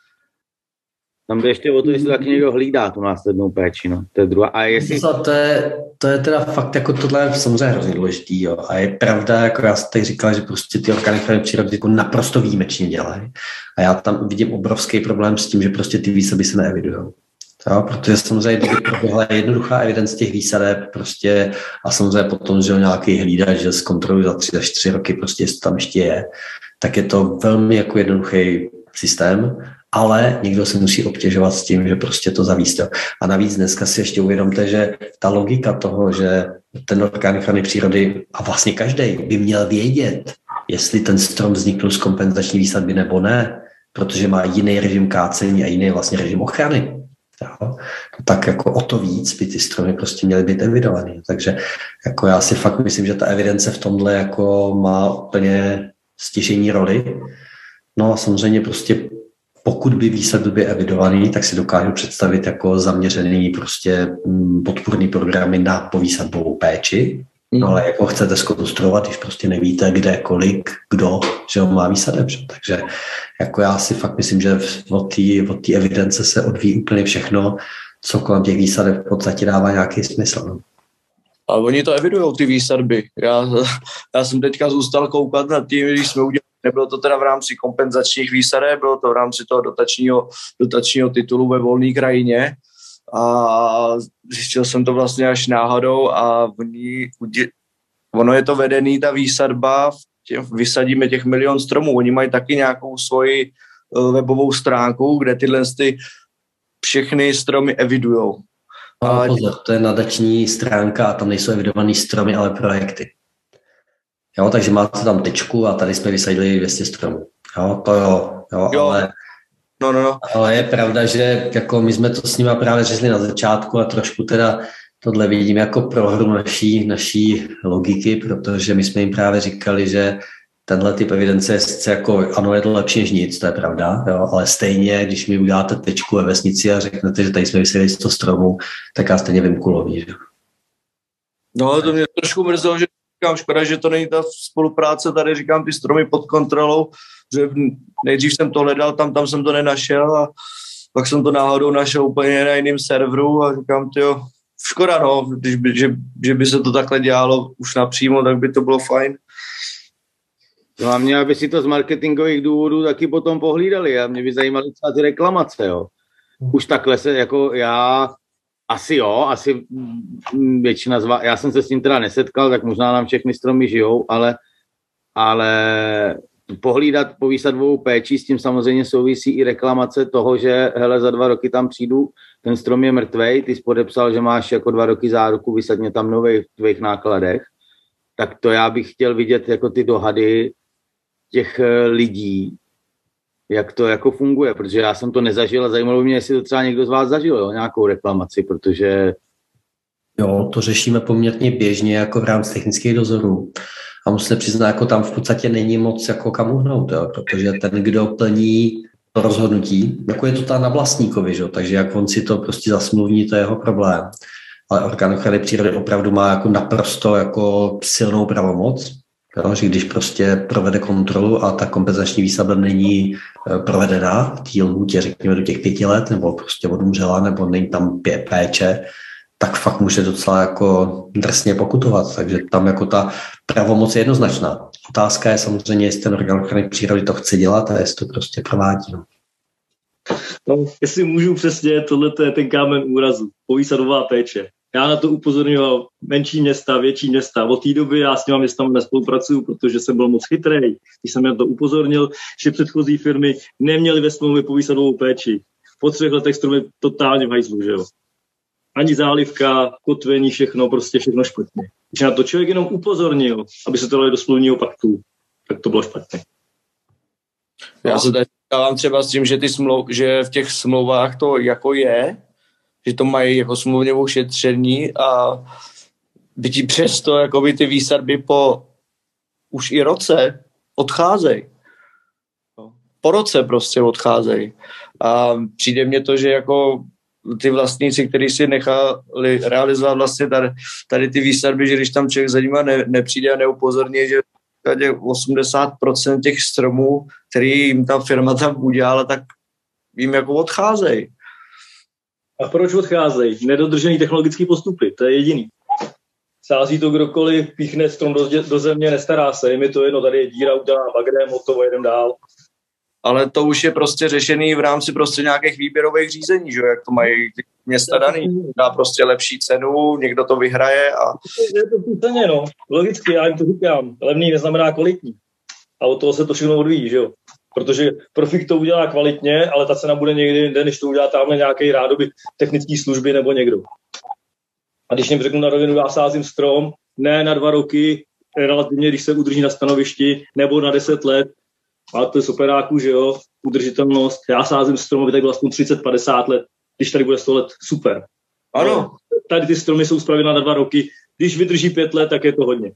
Tam jde ještě o to, jestli taky někdo hlídá tu následnou péči, no. To je druhá. A jestli... To je teda fakt jako tohle samozřejmě hrozně důležitý, jo. A je pravda, jako já jsem tady říkal, že prostě ty orgány ochrany přírody jako naprosto výjimečně dělají. A já tam vidím obrovský problém s tím, že prostě ty výsadby se neevidujou. Jo, protože samozřejmě, kdyby proběhla jednoduchá evidence těch výsadeb prostě a samozřejmě potom, že nějaký hlídač, že zkontrolují za 3 až 4 roky prostě, jestli tam ještě je, tak je to velmi jako jednoduchý systém, ale někdo se musí obtěžovat s tím, že prostě to zavíst. A navíc dneska si ještě uvědomte, že ta logika toho, že ten orgán ochrany přírody a vlastně každý by měl vědět, jestli ten strom vzniknul z kompenzační výsadby nebo ne, protože má jiný režim kácení a jiný vlastně režim ochrany. Jo? Tak jako o to víc by ty stromy prostě měly být evidovaný. Takže jako já si fakt myslím, že ta evidence v tomhle jako má úplně stěžejní roli. No a samozřejmě prostě pokud by výsadby byly evidovaný, tak si dokážu představit jako zaměřený prostě podpůrný programy na povýsadbovou péči. No ale jako chcete zkonstruovat, když prostě nevíte, kde, kolik, kdo, že on má výsadeb. Takže jako já si fakt myslím, že od té evidence se odvíjí úplně všechno, co kolem těch výsadeb v podstatě dává nějaký smysl. No. A oni to evidujou, ty výsadby. Já jsem teďka zůstal koukat na tím, když jsme udělali, nebylo to teda v rámci kompenzačních výsadeb, bylo to v rámci toho dotačního titulu ve volné krajině. A zjistil jsem to vlastně až náhodou a ono je to vedený, ta výsadba, vysadíme těch 1 milion stromů, oni mají taky nějakou svoji webovou stránku, kde tyhle všechny stromy evidujou. No, pozor, to je nadační stránka a tam nejsou evidovaný stromy, ale projekty. Jo, takže máte tam tečku a tady jsme vysadili 200 stromů. Jo, to jo. Ale... No. Ale je pravda, že jako my jsme to s nima právě řešili na začátku a trošku teda tohle vidím jako prohru naší logiky, protože my jsme jim právě říkali, že tenhle typ evidence je sice jako, ano, je to lepší než nic, to je pravda, jo, ale stejně, když mi uděláte tečku ve vesnici a řeknete, že tady jsme vysvětli 100 stromů, tak já stejně vím kulový. Že? No, to mě trošku mrzelo, že říkám, škoda, že to není ta spolupráce, tady říkám ty stromy pod kontrolou, že nejdřív jsem to hledal, tam jsem to nenašel a pak jsem to náhodou našel úplně na jiném serveru a říkám, tyjo, škoda, no, že by se to takhle dělalo už napřímo, tak by to bylo fajn. No a mě, aby si to z marketingových důvodů taky potom pohlídali a mě by zajímaly třeba ty reklamace, jo. Už takhle se, jako já, asi většina já jsem se s tím teda nesetkal, tak možná nám všechny stromy žijou, ale pohlídat po výsadovou péči, s tím samozřejmě souvisí i reklamace toho, že hele, za 2 roky tam přijdu, ten strom je mrtvej, ty jsi podepsal, že máš jako 2 roky záruku, vysadně tam novej v tvých nákladech, tak to já bych chtěl vidět jako ty dohady těch lidí, jak to jako funguje, protože já jsem to nezažil a zajímalo mě, jestli to třeba někdo z vás zažil, jo, nějakou reklamaci, protože... Jo, to řešíme poměrně běžně jako v rámci technických dozorů. A musím přiznat, jako tam v podstatě není moc jako kam uhnout, jo, protože ten, kdo plní to rozhodnutí, jako je to ta na vlastníkovi, že? Takže jak on si to prostě zasmluvní, to je jeho problém. Ale orgán ochrany přírody opravdu má jako naprosto jako silnou pravomoc, jo, že když prostě provede kontrolu a ta kompenzační výsadba není provedená v té lhůtě, řekněme do těch 5 let, nebo prostě odumřela, nebo není tam péče, tak fakt může docela jako drsně pokutovat. Takže tam jako ta pravomoc je jednoznačná. Otázka je samozřejmě, jestli ten orgán ochrany přírody to chce dělat a jestli to prostě provádí. No, jestli můžu přesně, tohle je ten kámen úrazu, povýsadová péče. Já na to upozorňoval menší města, větší města. Od té doby já s těma městami nespolupracuju, protože jsem byl moc chytrý. Když jsem na to upozornil, že předchozí firmy neměly ve smlouvě povýsadovou péči. Po 3 letech stromy totálně v hajzlu, že jo. Ani zálivka, kotvení, všechno, prostě všechno špatně. Když na to člověk jenom upozornil, aby se to dali do smluvního paktu, tak to bylo špatně. Já se tady dávám třeba s tím, že, že v těch smlouvách to jako je, že to mají jako smluvně ošetření a bytí přesto jakoby ty výsadby po už i roce odcházejí. Po roce prostě odcházejí. A přijde mně to, že jako ty vlastníci, kteří si nechali realizovat vlastně tady ty výsadby, že když tam člověk za nima nepřijde a neupozorní, že 80% těch stromů, který jim ta firma tam udělala, tak jim jako odcházejí. A proč odcházejí? Nedodržený technologický postupy, to je jediný. Sází to kdokoliv, píchne strom do země, nestará se, je mi to jedno, tady je díra, udělá bagrem, hotovo, jedem dál. Ale to už je prostě řešený v rámci prostě nějakých výběrových řízení, že? Jak to mají ty města daný. Dá prostě lepší cenu, někdo to vyhraje a... Je to ceně, no. Logicky, já jim to říkám. Levný neznamená kvalitní. A od toho se to všechno odvíjí, že jo. Protože profik to udělá kvalitně, ale ta cena bude někdy jinde, než to udělá tamhle nějaký rádoby technické služby nebo někdo. A když jim řeknu na rovinu, já sázím strom, ne na 2 roky, relativně, když se udrží na stanovišti, nebo na 10 let, a to je superáku, že jo, udržitelnost. Já sázím strom, aby tak bylo aspoň 30-50 let, když tady bude 100 let, super. Ano. Tady ty stromy jsou spravené na 2 roky, když vydrží 5 let, tak je to hodně.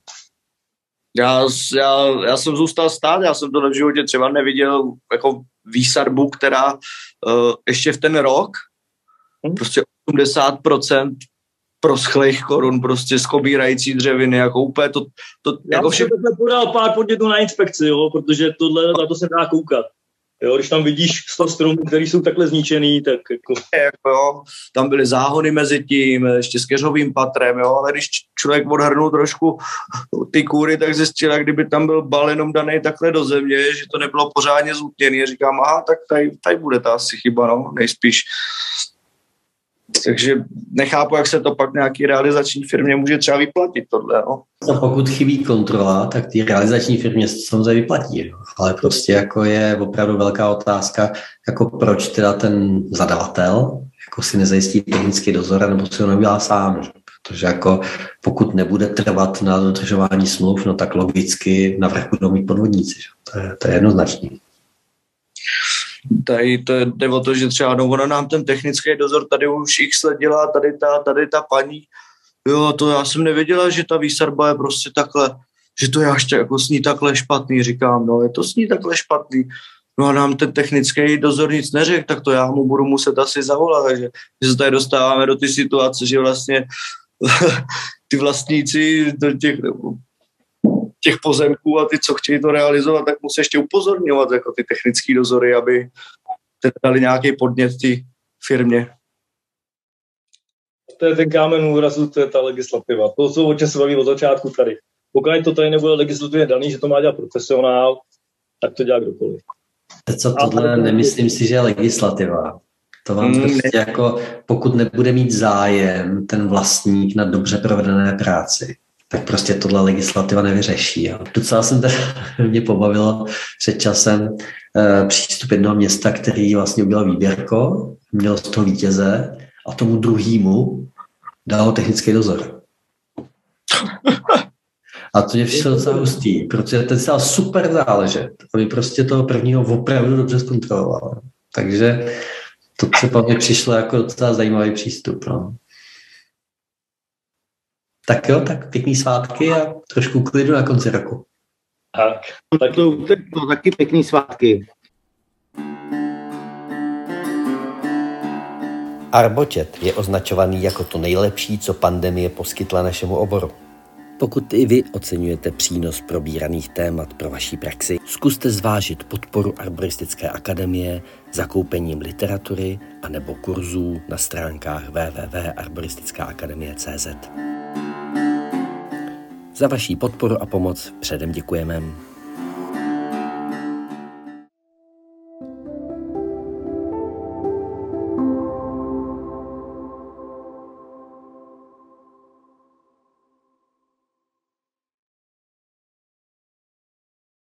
Já jsem zůstal stát, já jsem to v životě třeba neviděl jako výsadbu, která ještě v ten rok prostě 80% proschlých korun, prostě skobírající dřeviny, jako úplně to já jako jsem podal pár podnětů na inspekci, jo, protože na to se dá koukat. Jo, když tam vidíš 100 stromů, které jsou takhle zničený, tak jako tam byly záhony mezi tím, ještě s keřovým patrem, jo, ale když člověk odhrnul trošku ty kůry, tak zjistil, jak kdyby tam byl bal jenom daný takhle do země, že to nebylo pořádně zútněný. Říkám, aha, tak tady bude ta asi chyba, no, nejspíš. Takže nechápu, jak se to pak nějaký realizační firmě může třeba vyplatit tohle. No. A pokud chybí kontrola, tak ty realizační firmě se samozřejmě vyplatí. Jo. Ale prostě jako je opravdu velká otázka, jako proč teda ten zadavatel jako si nezajistí technický dozor, nebo si ho neudělá sám. Že? Protože jako pokud nebude trvat na dodržování smluv, no tak logicky navrch budou mít podvodníci. Že? To je jednoznačný. Tady to jde o to, že třeba ona nám ten technický dozor tady už x let dělá, tady ta paní, jo, to já jsem nevěděla, že ta výsadba je prostě takhle, že to je ještě jako sní takhle špatný. Říkám, no je to sní takhle špatný. No a nám ten technický dozor nic neřekl, tak to já mu budu muset asi zavolat. Takže se tady dostáváme do ty situace, že vlastně ty vlastníci do těch pozemků a ty, co chtějí to realizovat, tak musí ještě upozorňovat jako ty technické dozory, aby dali nějaký podnět té firmě. To je ten kámen úrazu, to je ta legislativa. To jsou o čem se baví od začátku tady. Pokud to tady nebude legislativně daný, že to má dělat profesionál, tak to dělá kdokoliv. Co tohle nemyslím si, že je legislativa. To vám prostě jako, pokud nebude mít zájem ten vlastník na dobře provedené práci, tak prostě tohle legislativa nevyřeší. Jo. Docela jsem teda mě pobavilo před časem přístup jednoho města, který vlastně udělal výběrko, měl z toho vítěze a tomu druhému dal technický dozor. A to mě přišlo docela hustý, protože ten se dal super záležet, aby prostě toho prvního opravdu dobře zkontroloval. Takže to třeba mi přišlo jako docela zajímavý přístup. No. Tak jo, tak pěkný svátky a trošku klidu na konci roku. Tak to taky pěkný svátky. Arbochat je označovaný jako to nejlepší, co pandemie poskytla našemu oboru. Pokud i vy oceňujete přínos probíraných témat pro vaší praxi, zkuste zvážit podporu Arboristické akademie zakoupením literatury anebo kurzů na stránkách www.arboristicaakademie.cz. Za vaší podporu a pomoc předem děkujeme.